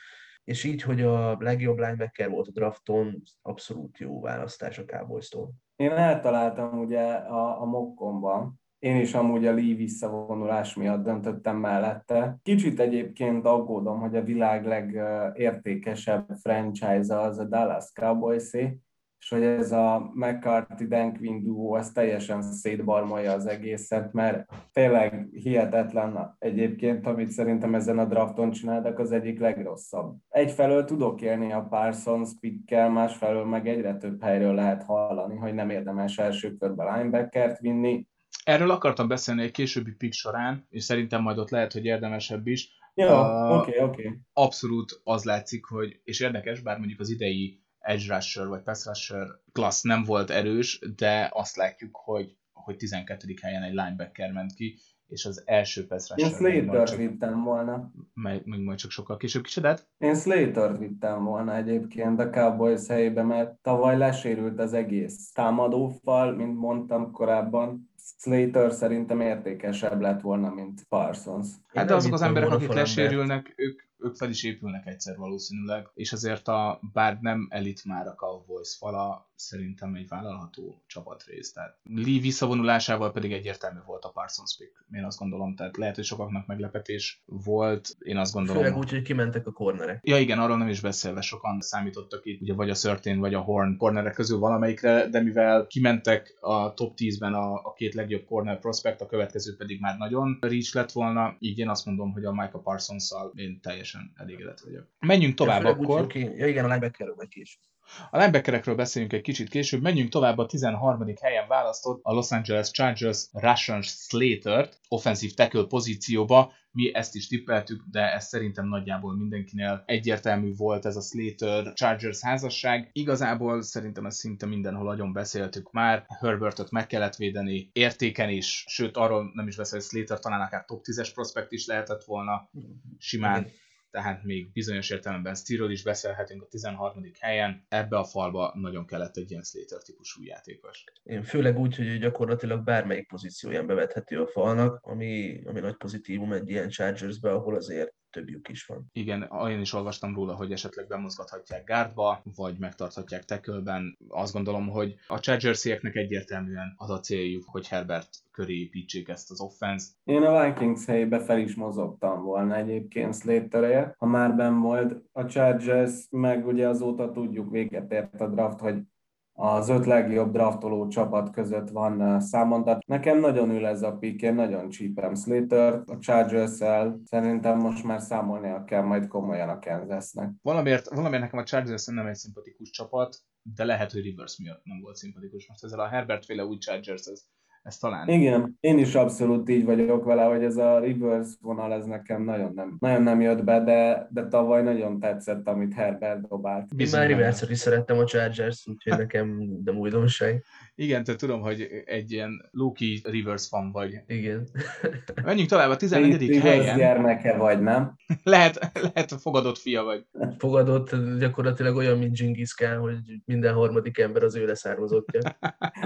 és így, hogy a legjobb linebacker volt a drafton, abszolút jó választás a Cowboys-tól. Én eltaláltam ugye a, a mokkomban. Én is amúgy a Lee visszavonulás miatt döntöttem mellette. Kicsit egyébként aggódom, hogy a világ legértékesebb franchise az a Dallas Cowboys-é, és hogy ez a McCarthy-Dan Quinn duó, ez teljesen szétbarmolja az egészet, mert tényleg hihetetlen egyébként, amit szerintem ezen a drafton csináltak, az egyik legrosszabb. Egyfelől tudok élni a Parsons pickkel, másfelől meg egyre több helyről lehet hallani, hogy nem érdemes első körben linebackert vinni. Erről akartam beszélni egy későbbi pick során, és szerintem majd ott lehet, hogy érdemesebb is. Jó, oké, uh, oké. Okay, okay. Abszolút az látszik, hogy, és érdekes, bár mondjuk az idei edge rusher vagy pass rusher klassz nem volt erős, de azt látjuk, hogy, hogy tizenkettedik helyen egy linebacker ment ki, és az első pass rusher... Én Slater-t vittem volna. Még majd csak sokkal később. Kicsodát? Én Slater-t vittem volna egyébként a Cowboys helyébe, mert tavaly lesérült az egész támadófal, mint mondtam korábban. Slater szerintem értékesebb lett volna, mint Parsons. Hát de azok az emberek, akik lesérülnek, ők, ők fel is épülnek egyszer valószínűleg, és azért a, bár nem elit már a Cowboys fala, szerintem egy vállalható csapatrész. Tehát Lee visszavonulásával pedig egyértelmű volt a Parsons pick. Én azt gondolom, tehát lehet, hogy sokaknak meglepetés volt. Én azt gondolom... Főleg úgy, hogy kimentek a cornerek. Ja igen, arról nem is beszélve, sokan számítottak itt, ugye vagy a Surtain, vagy a Horn cornerek közül valamelyikre, de mivel kimentek a top tízben a, a két legjobb corner prospect, a következő pedig már nagyon reach lett volna, így én azt mondom, hogy a Micah Parsonsszal én teljesen elégedett vagyok. Menjünk tovább ja, akkor. Úgy, okay. Ja igen, a linebackerről meg később. A linebackerekről beszéljünk egy kicsit később, menjünk tovább. A tizenharmadik helyen választott a Los Angeles Chargers Rashawn Slatert offenzív tackle pozícióba. Mi ezt is tippeltük, de ez szerintem nagyjából mindenkinél egyértelmű volt ez a Slater Chargers házasság. Igazából szerintem ezt szinte mindenhol nagyon beszéltük már. Herbertot meg kellett védeni, értéken is, sőt arról nem is beszél, hogy Slater talán akár top tízes prospekt is lehetett volna simán. Tehát még bizonyos értelemben Steelről is beszélhetünk a tizenharmadik helyen. Ebbe a falba nagyon kellett egy ilyen Slater típusú játékos. Én főleg úgy, hogy gyakorlatilag bármelyik pozícióján bevethető a falnak, ami, ami nagy pozitívum egy ilyen Chargersbe, ahol azért több lyuk is van. Igen, én is olvastam róla, hogy esetleg bemozgathatják guardba, vagy megtarthatják tackle-ben. Azt gondolom, hogy a Chargersieknek egyértelműen az a céljuk, hogy Herbert köré építsék ezt az offense. Én a Vikings helyébe fel is mozogtam volna egyébként Slaterért, ha már benn volt. A Chargers meg ugye azóta tudjuk, véget ért a draft, hogy az öt legjobb draftoló csapat között van számon. Tehát nekem nagyon ül ez a pick, én nagyon csípem Slater-t. A Chargers-szel szerintem most már számolnia kell majd komolyan a Kansasnek. Valamiért, valamiért nekem a Chargers nem egy szimpatikus csapat, de lehet, hogy Rivers miatt nem volt szimpatikus. Most ezzel a Herbert-féle új Chargers, ez, ez talán... Igen, én is abszolút így vagyok vele, hogy ez a Rivers vonal, ez nekem nagyon nem, nagyon nem jött be, de, de tavaly nagyon tetszett, amit Herbert dobált. Én már Rivers-ot is szerettem a Chargers, úgyhogy nekem nem újdonság. Igen, te tudom, hogy egy ilyen Loki Rivers fan vagy. Igen. Menjünk tovább a tizennegyedik Rivers helyen. gyermeke vagy, nem? lehet, lehet a fogadott fia vagy. Fogadott gyakorlatilag olyan, mint Genghis Khan, hogy minden harmadik ember az ő leszármazottja.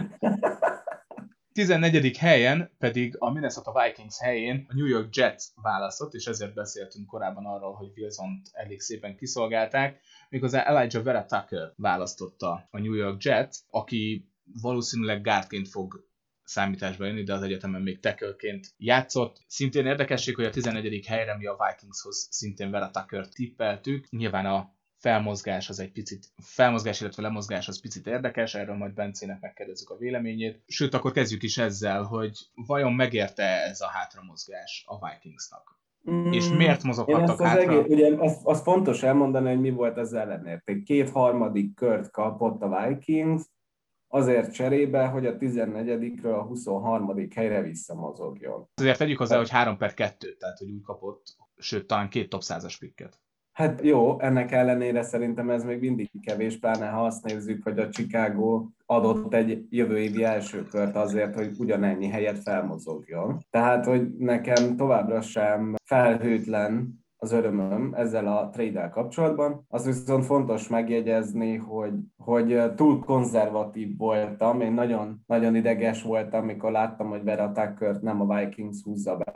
tizennegyedik helyen pedig a Minnesota Vikings helyén a New York Jets választott, és ezért beszéltünk korábban arról, hogy Wilsont elég szépen kiszolgálták. Méghozzá Elijah Vera Tucker választotta a New York Jets, aki valószínűleg guardként fog számításba jönni, de az egyetemen még tackleként játszott. Szintén érdekesség, hogy a tizennegyedik helyre mi a Vikingshoz szintén Vera Tuckert tippeltük. Nyilván a felmozgás az egy picit, felmozgás, illetve lemozgás az picit érdekes, erről majd Bencének megkérdezzük a véleményét. Sőt, akkor kezdjük is ezzel, hogy vajon megérte ez a hátramozgás a Vikingsnak? Mm, és miért mozoghattak hátra? Egész, ugye az, az fontos elmondani, hogy mi volt az ellenérték. Két harmadik kört kapott a Vikings, azért cserébe, hogy a tizennegyedikről a huszonharmadik helyre visszamozogjon. Azért tegyük hozzá, hogy három per kettő, tehát hogy úgy kapott, sőt, talán két top százas pikket. Hát jó, ennek ellenére szerintem ez még mindig kevés, pláne ha azt nézzük, hogy a Chicago adott egy jövő évi első kört azért, hogy ugyanennyi helyet felmozogjon. Tehát, hogy nekem továbbra sem felhőtlen az örömöm ezzel a trade-el kapcsolatban. Az viszont fontos megjegyezni, hogy, hogy túl konzervatív voltam. Én nagyon, nagyon ideges voltam, amikor láttam, hogy Vera Tuckert nem a Vikings húzza be.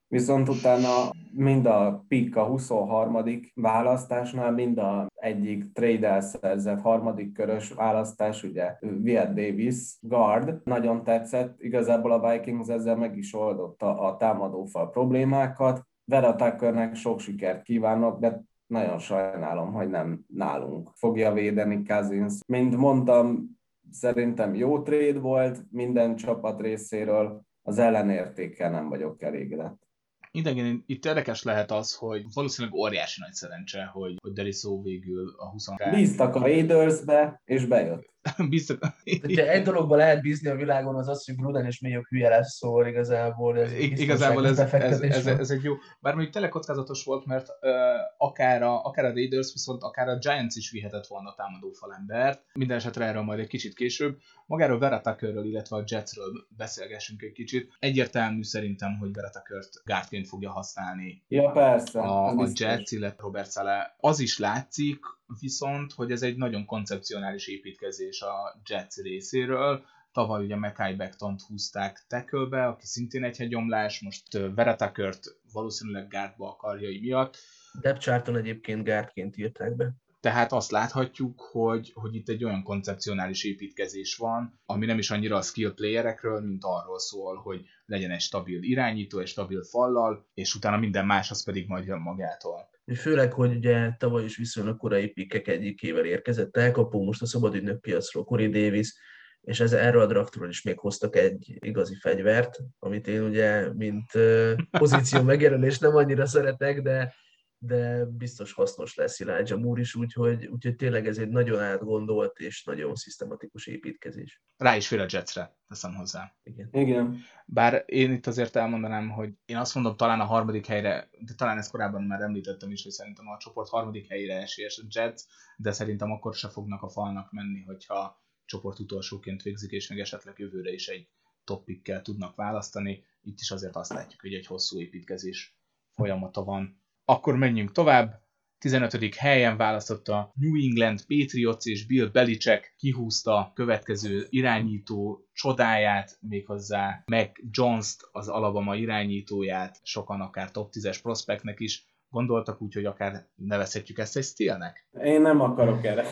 viszont utána mind a pick a huszonharmadik választásnál, mind a egyik trade szerzett harmadik körös választás, ugye Wyatt Davis guard, nagyon tetszett, igazából a Vikings ezzel meg is oldotta a támadófal problémákat. Vera Tuckernek sok sikert kívánok, de nagyon sajnálom, hogy nem nálunk fogja védeni Cousins. Mint mondtam, szerintem jó trade volt minden csapat részéről, az ellenértékkel nem vagyok elégedett. Idegen, itt érdekes lehet az, hogy valószínűleg óriási nagy szerencse, hogy, hogy Deriso végül a húsz. Bíztak a Raidersbe, és bejött. Bíztak. De egy dologban lehet bízni a világon, az az, hogy Gruden és Mayock hülye lesz, szóval igazából ez I- igazából ez, ez, ez, ez egy jó, bár mondjuk tényleg kockázatos volt, mert uh, akár, a, akár a Raiders, viszont akár a Giants is vihetett volna a támadó falembert. Minden esetre erről majd egy kicsit később. Magáról Vera Tuckerről, illetve a Jetsről beszélgessünk egy kicsit. Egyértelmű szerintem, hogy Vera Tuckert guardként fogja használni ja, persze, a, a Jets, illetve Robert Saleh. Az is látszik viszont, hogy ez egy nagyon koncepcionális építkezés a Jets részéről. Tavaly ugye Mekhi Bectont húzták tackle-be, aki szintén egy hegyomlás, most Vera Tuckert valószínűleg guardba a karjai miatt. Depth charton egyébként guardként írták be. Tehát azt láthatjuk, hogy, hogy itt egy olyan koncepcionális építkezés van, ami nem is annyira a skill playerekről, mint arról szól, hogy legyen egy stabil irányító, egy stabil fallal, és utána minden más az pedig majd jön magától. Főleg, hogy ugye tavaly is viszonylag korai pikkek egyikével érkezett elkapó, most a szabadügynök piacról Corey Davis, és ez, erről a draftról is még hoztak egy igazi fegyvert, amit én ugye, mint uh, pozíció megjelölés nem annyira szeretek, de, de biztos hasznos lesz Elijah Moore is, úgyhogy, úgyhogy tényleg ez egy nagyon átgondolt és nagyon szisztematikus építkezés. Rá is fél a Jetsre, teszem hozzá. Igen. Igen. Bár én itt azért elmondanám, hogy én azt mondom, talán a harmadik helyre, de talán ezt korábban már említettem is, hogy szerintem a csoport harmadik helyére esélyes a Jets, de szerintem akkor se fognak a falnak menni, hogyha csoport utolsóként végzik, és még esetleg jövőre is egy top pickkel tudnak választani. Itt is azért azt látjuk, hogy egy hosszú építkezés folyamata van. Akkor menjünk tovább. tizenötödik helyen választott a New England Patriots, és Bill Belichick kihúzta a következő irányító csodáját, méghozzá Mac Jones-t, az Alabama irányítóját, sokan akár top tízes prospektnek is gondoltak, úgyhogy akár nevezhetjük ezt egy stealnek. Én nem akarok erre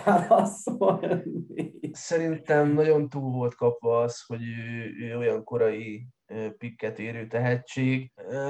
válaszolni. Szerintem nagyon túl volt kapva az, hogy ő, ő olyan korai pikket érő tehetség.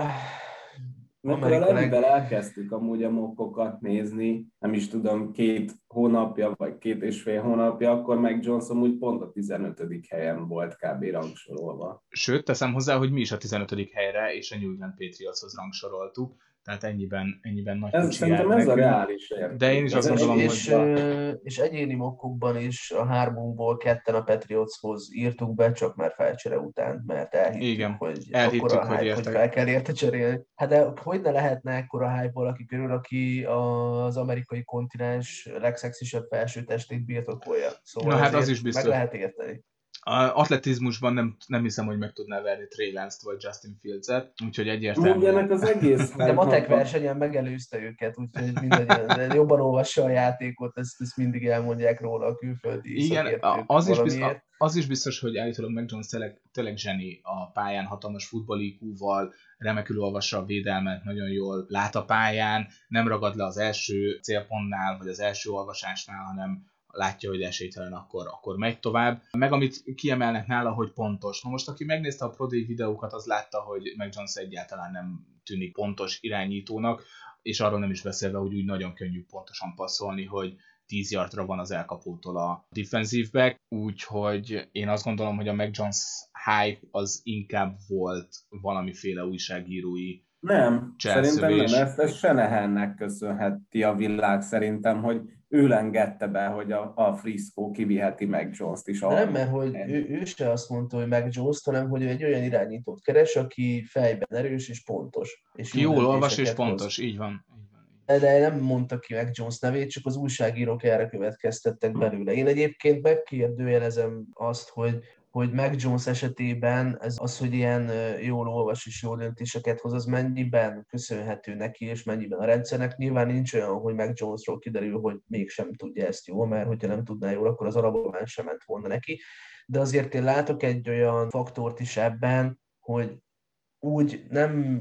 Mert a Levivel leg... elkezdtük amúgy a mokkokat nézni, nem is tudom, két hónapja, vagy két és fél hónapja, akkor meg Johnson úgy pont a tizenötödik helyen volt kb. Rangsorolva. Sőt, teszem hozzá, hogy mi is a tizenötödik helyre és a New England Patriotshoz rangsoroltuk, tehát ennyiben, ennyiben nagy ez, szerintem ez a reális érték. De én is azt gondolom, és, hogy... És, és egyéni mokkokban is a hármunkból ketten a Patriotshoz írtuk be, csak már felcsere után, mert elhittük, igen, hogy elhittük, akkora hogy, hype, hogy fel kell érte cserélni. Hát de hogy ne lehetne ekkora hype valaki körül, aki az amerikai kontinens legszexisebb felső testét birtokolja. Szóval na hát az is biztos. Meg lehet érteni. A atletizmusban nem, nem hiszem, hogy meg tudná verni Trey Lance-t vagy Justin Fields-et, úgyhogy egyértelmű. Ennek az egész... De matek versenyen megelőzte őket, úgyhogy mindannyian jobban olvassa a játékot, ezt, ezt mindig elmondják róla a külföldi igen, az is, biztos, az is biztos, hogy állítólag Mac Jones tényleg, tényleg zseni a pályán, hatalmas futballi í kúval, remekül olvassa a védelmet, nagyon jól lát a pályán, nem ragad le az első célpontnál, vagy az első olvasásnál, hanem látja, hogy esélytelen, akkor, akkor megy tovább. Meg amit kiemelnek nála, hogy pontos. Na most, aki megnézte a Pro Day videókat, az látta, hogy Mac Jones egyáltalán nem tűnik pontos irányítónak, és arról nem is beszélve, hogy úgy nagyon könnyű pontosan passzolni, hogy tíz yardra van az elkapótól a defensive back, úgyhogy én azt gondolom, hogy a Mac Jones hype az inkább volt valamiféle újságírói Nem, cselszövés. Szerintem nem, ezt, ezt Shanahannek köszönheti a világ szerintem, hogy ő engedte be, hogy a, a Frisco kiviheti Mac Jones-t is. Nem, mert hogy ő, ő se azt mondta, hogy Mac Jones-t, hanem hogy ő egy olyan irányítót keres, aki fejben erős és pontos. És jól olvas és pontos, így van. De nem mondta ki Mac Jones nevét, csak az újságírók erre következtettek belőle. Én egyébként megkérdőjelezem azt, hogy hogy Mac Jones esetében ez az, hogy ilyen jól olvas és jó döntéseket hoz, az mennyiben köszönhető neki, és mennyiben a rendszernek. Nyilván nincs olyan, hogy Mac Jonesról kiderül, hogy mégsem tudja ezt jól, mert hogyha nem tudná jól, akkor az Alabamán sem ment volna neki. De azért én látok egy olyan faktort is ebben, hogy úgy nem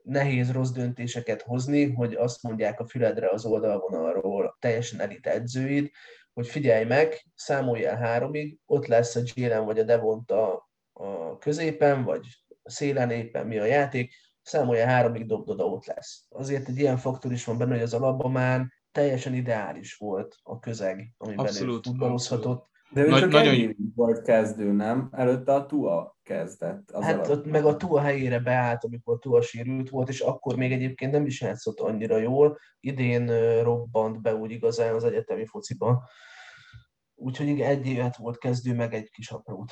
nehéz rossz döntéseket hozni, hogy azt mondják a füledre az oldalvonalról teljesen elit edzőid, hogy figyelj meg, számolj el háromig, ott lesz a Jalen vagy a Devonta a középen, vagy a szélen éppen mi a játék, számolj el háromig, dobd oda, ott lesz. Azért egy ilyen faktor is van benne, hogy az Alabamán teljesen ideális volt a közeg, amiben Abszolút, ő futballozhatott. De ő Nagy- csak nagyon- egy évig volt kezdő, nem? Előtte a Tua kezdett. Az Hát ott alapján. meg a Tua helyére beállt, amikor Tua sérült volt, és akkor még egyébként nem is játszott annyira jól. Idén ö, robbant be úgy igazán az egyetemi fociban. Úgyhogy igen, egy évet volt kezdő, meg egy kis aprót.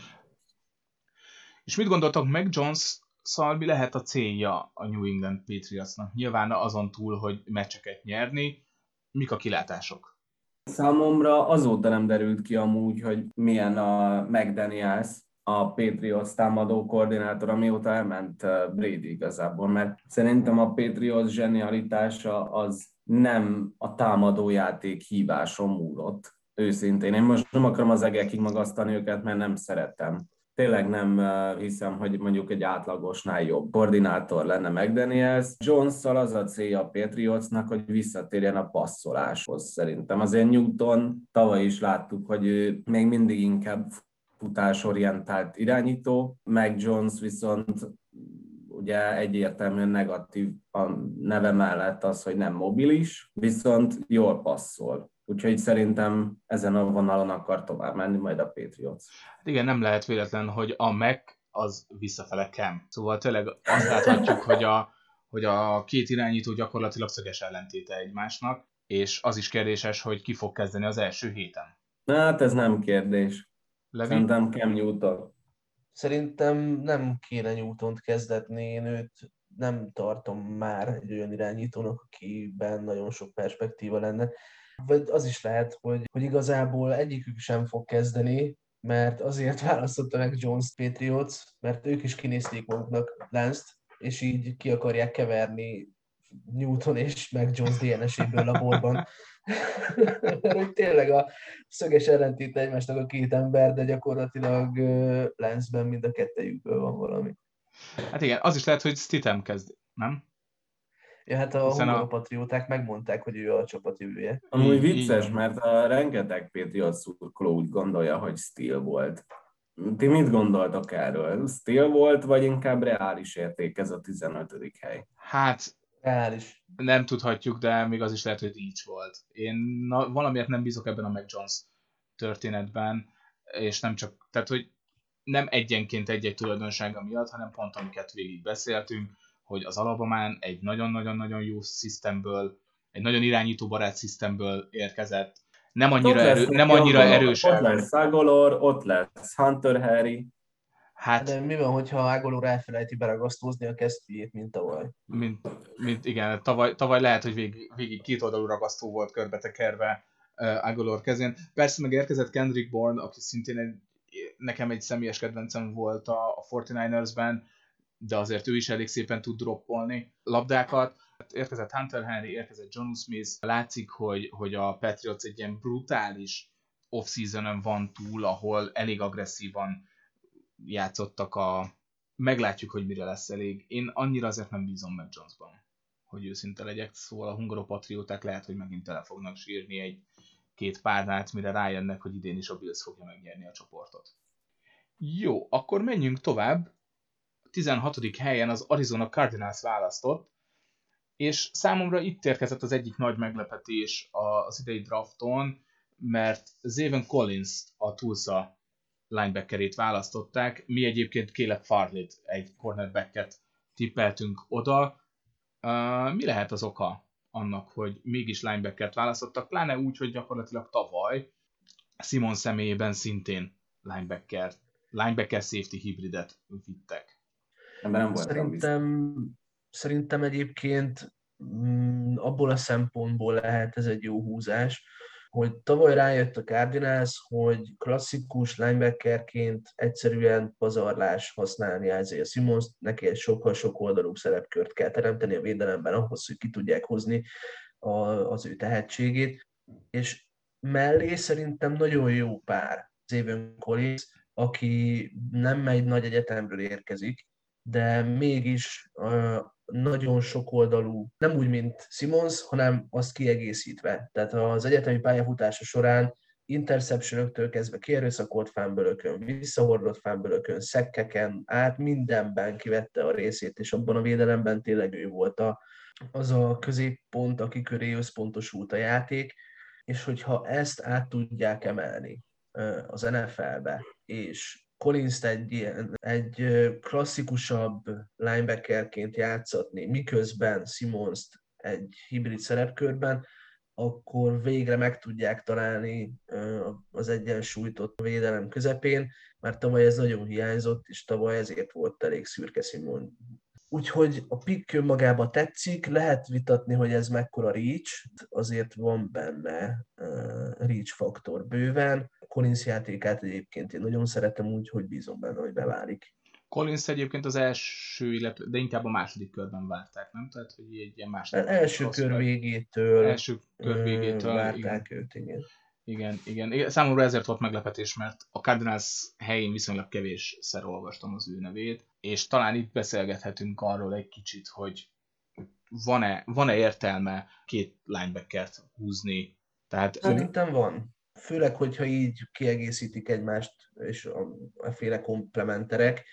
És mit gondoltak meg Jones-szal, mi lehet a célja a New England Patriotsnak? Nyilván azon túl, hogy meccseket nyerni, mik a kilátások? Számomra azóta nem derült ki amúgy, hogy milyen a McDaniels, a Patriots támadó koordinátor, amióta elment Brady igazából, mert szerintem a Patriots zsenialitása az nem a támadó játék híváson múlott. Őszintén. Én most nem akarom az egekig magasztani őket, mert nem szeretem. Tényleg nem hiszem, hogy mondjuk egy átlagosnál jobb koordinátor lenne McDaniels. Jones-szal az a célja a Patriotsnak, hogy visszatérjen a passzoláshoz szerintem. Azért Newton tavaly is láttuk, hogy ő még mindig inkább futásorientált irányító, meg Jones viszont ugye egyértelműen negatív a neve mellett az, hogy nem mobilis, viszont jól passzol. Úgyhogy szerintem ezen a vonalon akar tovább menni majd a Patriots. Hát igen, nem lehet véletlen, hogy a Mac az visszafele Cam. Szóval tényleg azt láthatjuk, hogy a, hogy a két irányító gyakorlatilag szöges ellentéte egymásnak, és az is kérdéses, hogy ki fog kezdeni az első héten. Hát ez nem kérdés. Levi? Szerintem Cam Newton. Szerintem nem kéne Newtont kezdetni, én őt nem tartom már egy olyan irányítónak, akiben nagyon sok perspektíva lenne. Vagy az is lehet, hogy, hogy igazából egyikük sem fog kezdeni, mert azért választotta meg Jones Patriots, mert ők is kinézték maguknak Lance-t, és így ki akarják keverni Newton és meg Jones dé en es-éből laborban. Mert hogy tényleg a szöges ellentét egymásnak a két ember, de gyakorlatilag Lance-ben mind a kettejükből van valami. Hát igen, az is lehet, hogy Stidham kezd, nem? Ja, hát a Hiszen a- hungaropatrióták megmondták, hogy ő a csapat jövője. Amúgy Így- vicces, így. mert a rengeteg Patriots szurkoló úgy gondolja, hogy Steele volt. Ti mit gondoltok erről? Steele volt, vagy inkább reális érték ez a tizenötödik hely? Hát Reális. nem tudhatjuk, de még az is lehet, hogy így volt. Én na, valamiért nem bízok ebben a Mac Jones történetben, és nem csak, tehát hogy nem egyenként egy-egy tulajdonsága miatt, hanem pont amiket végig beszéltünk, hogy az Alabamán egy nagyon-nagyon-nagyon jó szisztemből, egy nagyon irányító barát szisztemből érkezett. Nem annyira, Ott lesz erő, neki nem annyira Agolor, erős. Ott lesz Agolor, ott lesz Hunter Harry. Hát, De mi van, hogyha Agolor elfelejti beragasztózni a kesztyűjét, mint tavaly? mint, mint igen, tavaly, tavaly lehet, hogy végig, végig két oldalú ragasztó volt körbetekerve uh, Agolor kezén. Persze meg érkezett Kendrick Bourne, aki szintén egy, nekem egy személyes kedvencem volt a, a negyvenkilencesben, de azért ő is elég szépen tud droppolni labdákat. Érkezett Hunter Henry, érkezett Jonnu Smith. Látszik, hogy, hogy a Patriots egy ilyen brutális off-seasonon van túl, ahol elég agresszívan játszottak a... Meglátjuk, hogy mire lesz elég. Én annyira azért nem bízom meg Jonesban, hogy őszinte legyek. Szóval a hungaropatrióták lehet, hogy megint tele fognak sírni egy-két párnát, mire rájönnek, hogy idén is a Bills fogja megnyerni a csoportot. Jó, akkor menjünk tovább. tizenhatodik helyen az Arizona Cardinals választott, és számomra itt érkezett az egyik nagy meglepetés az idei drafton, mert Zaven Collins, a Tulsa linebackerét választották, mi egyébként Caleb Farley-t, egy cornerbacket tippeltünk oda. Uh, mi lehet az oka annak, hogy mégis linebackert választottak, pláne úgy, hogy gyakorlatilag tavaly Simon személyében szintén linebacker, linebacker safety hibridet vittek. Ebben nem voltam biztos. Szerintem, szerintem egyébként mm, abból a szempontból lehet ez egy jó húzás, hogy tavaly rájött a Cardinals, hogy klasszikus linebackerként egyszerűen pazarlás használni Isaiah Simons, neki egy sokkal sok oldalú szerepkört kell teremteni a védelemben ahhoz, hogy ki tudják hozni a, az ő tehetségét, és mellé szerintem nagyon jó pár Zaven Collins, aki nem egy nagy egyetemről érkezik, de mégis nagyon sokoldalú, nem úgy, mint Simmons, hanem azt kiegészítve. Tehát az egyetemi pályafutása során interceptionöktől kezdve kierőszakolt fumble-ökön, visszahordott fumble-ökön, szekkeken át mindenben kivette a részét, és abban a védelemben tényleg ő volt a, az a középpont, aki köré összpontosult a játék, és hogyha ezt át tudják emelni az en ef el-be, és Collins-t egy, ilyen, egy klasszikusabb linebackerként játszatni, miközben Simmons-t egy hibrid szerepkörben, akkor végre meg tudják találni az egyensúlyt ott a védelem közepén, mert tavaly ez nagyon hiányzott, és tavaly ezért volt elég szürke Simmons. Úgyhogy a pick önmagában tetszik, lehet vitatni, hogy ez mekkora reach, azért van benne uh, reach faktor bőven. Collins játékát egyébként én nagyon szeretem, úgyhogy bízom benne, hogy beválik. Collins egyébként az első, illetve, de inkább a második körben várták, nem? Tehát, hogy egy ilyen második El, első kör végétől, első kör végétől várták igen. őt, igen. Igen, igen, igen. Számomra ezért volt meglepetés, mert a Cardinals helyén viszonylag kevésszer olvastam az ő nevét, és talán itt beszélgethetünk arról egy kicsit, hogy van-e, van-e értelme két linebackert húzni. Tehát Szerintem ő... van. Főleg, hogyha így kiegészítik egymást, és a, a féle komplementerek.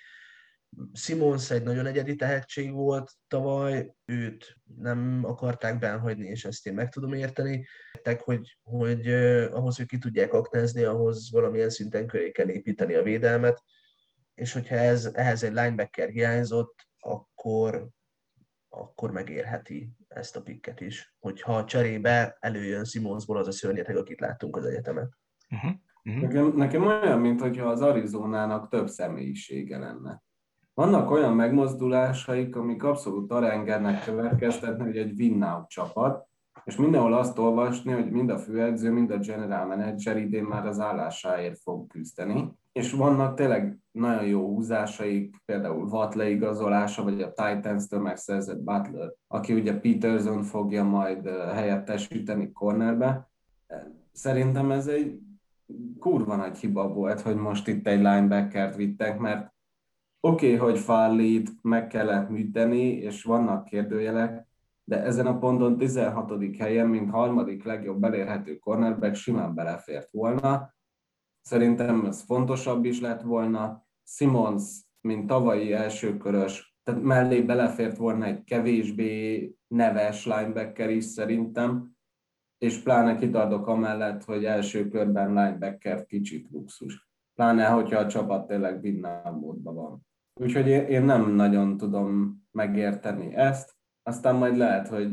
Simmons egy nagyon egyedi tehetség volt tavaly, őt nem akarták benhagyni, és ezt én meg tudom érteni. Tehát, hogy, hogy eh, ahhoz, hogy ki tudják aknázni, ahhoz valamilyen szinten köré kell építeni a védelmet, és hogyha ez, ehhez egy linebacker hiányzott, akkor, akkor megérheti ezt a pikket is. Hogyha cserébe előjön Simmonsból az a szörnyeteg, akit láttunk az egyetemen. Uh-huh. Uh-huh. Nekem, nekem olyan, mintha az Arizonának több személyisége lenne. Vannak olyan megmozdulásaik, amik abszolút arra engednek következtetni, hogy egy win-now csapat, és mindenhol azt olvasni, hogy mind a főedző, mind a general manager idén már az állásáért fog küzdeni. És vannak tényleg nagyon jó húzásaik, például Watt leigazolása, vagy a Titans-től megszerzett Butler, aki ugye Peterson fogja majd helyettesíteni cornerbe. Szerintem ez egy kurva nagy hiba volt, hogy most itt egy linebackert vittek, mert oké, okay, hogy Farley-t meg kellett műteni, és vannak kérdőjelek, de ezen a ponton tizenhatodik helyen, mint harmadik legjobb elérhető cornerback simán belefért volna. Szerintem ez fontosabb is lett volna. Simmons, mint tavalyi elsőkörös, tehát mellé belefért volna egy kevésbé neves linebacker is szerintem, és pláne kitardok amellett, hogy első körben linebacker kicsit luxus. Pláne, hogyha a csapat tényleg win-now módban van. Úgyhogy én nem nagyon tudom megérteni ezt. Aztán majd lehet, hogy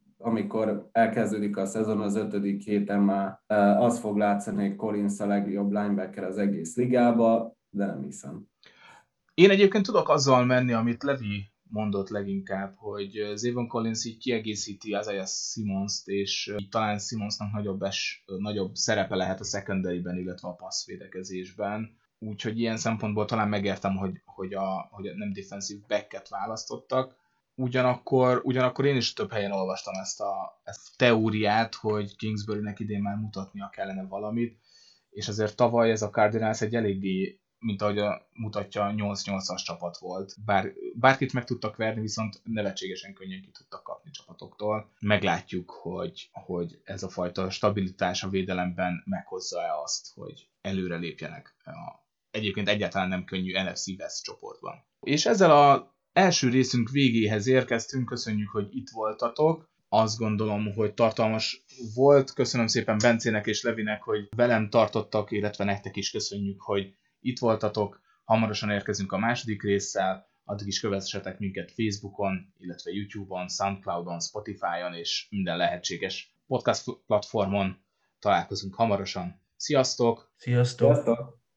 amikor elkezdődik a szezon az ötödik héten már az fog látszani, hogy Collins a legjobb linebacker az egész ligába, de nem hiszem. Én egyébként tudok azzal menni, amit Levi mondott leginkább, hogy Zayvon Collins így kiegészíti Isaiah Simmons-t, és így talán Simmonsnak nagyobb, es, nagyobb szerepe lehet a secondary-ben, illetve a passzvédekezésben. Úgyhogy ilyen szempontból talán megértem, hogy, hogy, a, hogy a nem defensive backet választottak. Ugyanakkor, ugyanakkor én is több helyen olvastam ezt a, ezt a teóriát, hogy Kingsburynek idén már mutatnia kellene valamit, és azért tavaly ez a Cardinals egy eléggé, mint ahogy a, mutatja, nyolc nyolcas csapat volt. Bár, bárkit meg tudtak verni, viszont nevetségesen könnyen ki tudtak kapni csapatoktól. Meglátjuk, hogy, hogy ez a fajta stabilitás a védelemben meghozza-e azt, hogy előre lépjenek a egyébként egyáltalán nem könnyű en ef cé West csoportban. És ezzel az első részünk végéhez érkeztünk, köszönjük, hogy itt voltatok. Azt gondolom, hogy tartalmas volt. Köszönöm szépen Bencének és Levinek, hogy velem tartottak, illetve nektek is köszönjük, hogy itt voltatok. Hamarosan érkezünk a második résszel, addig is kövessetek minket Facebookon, illetve YouTube-on, Soundcloudon, Spotify-on és minden lehetséges podcast platformon. Találkozunk hamarosan. Sziasztok! Sziasztok! Sziasztok!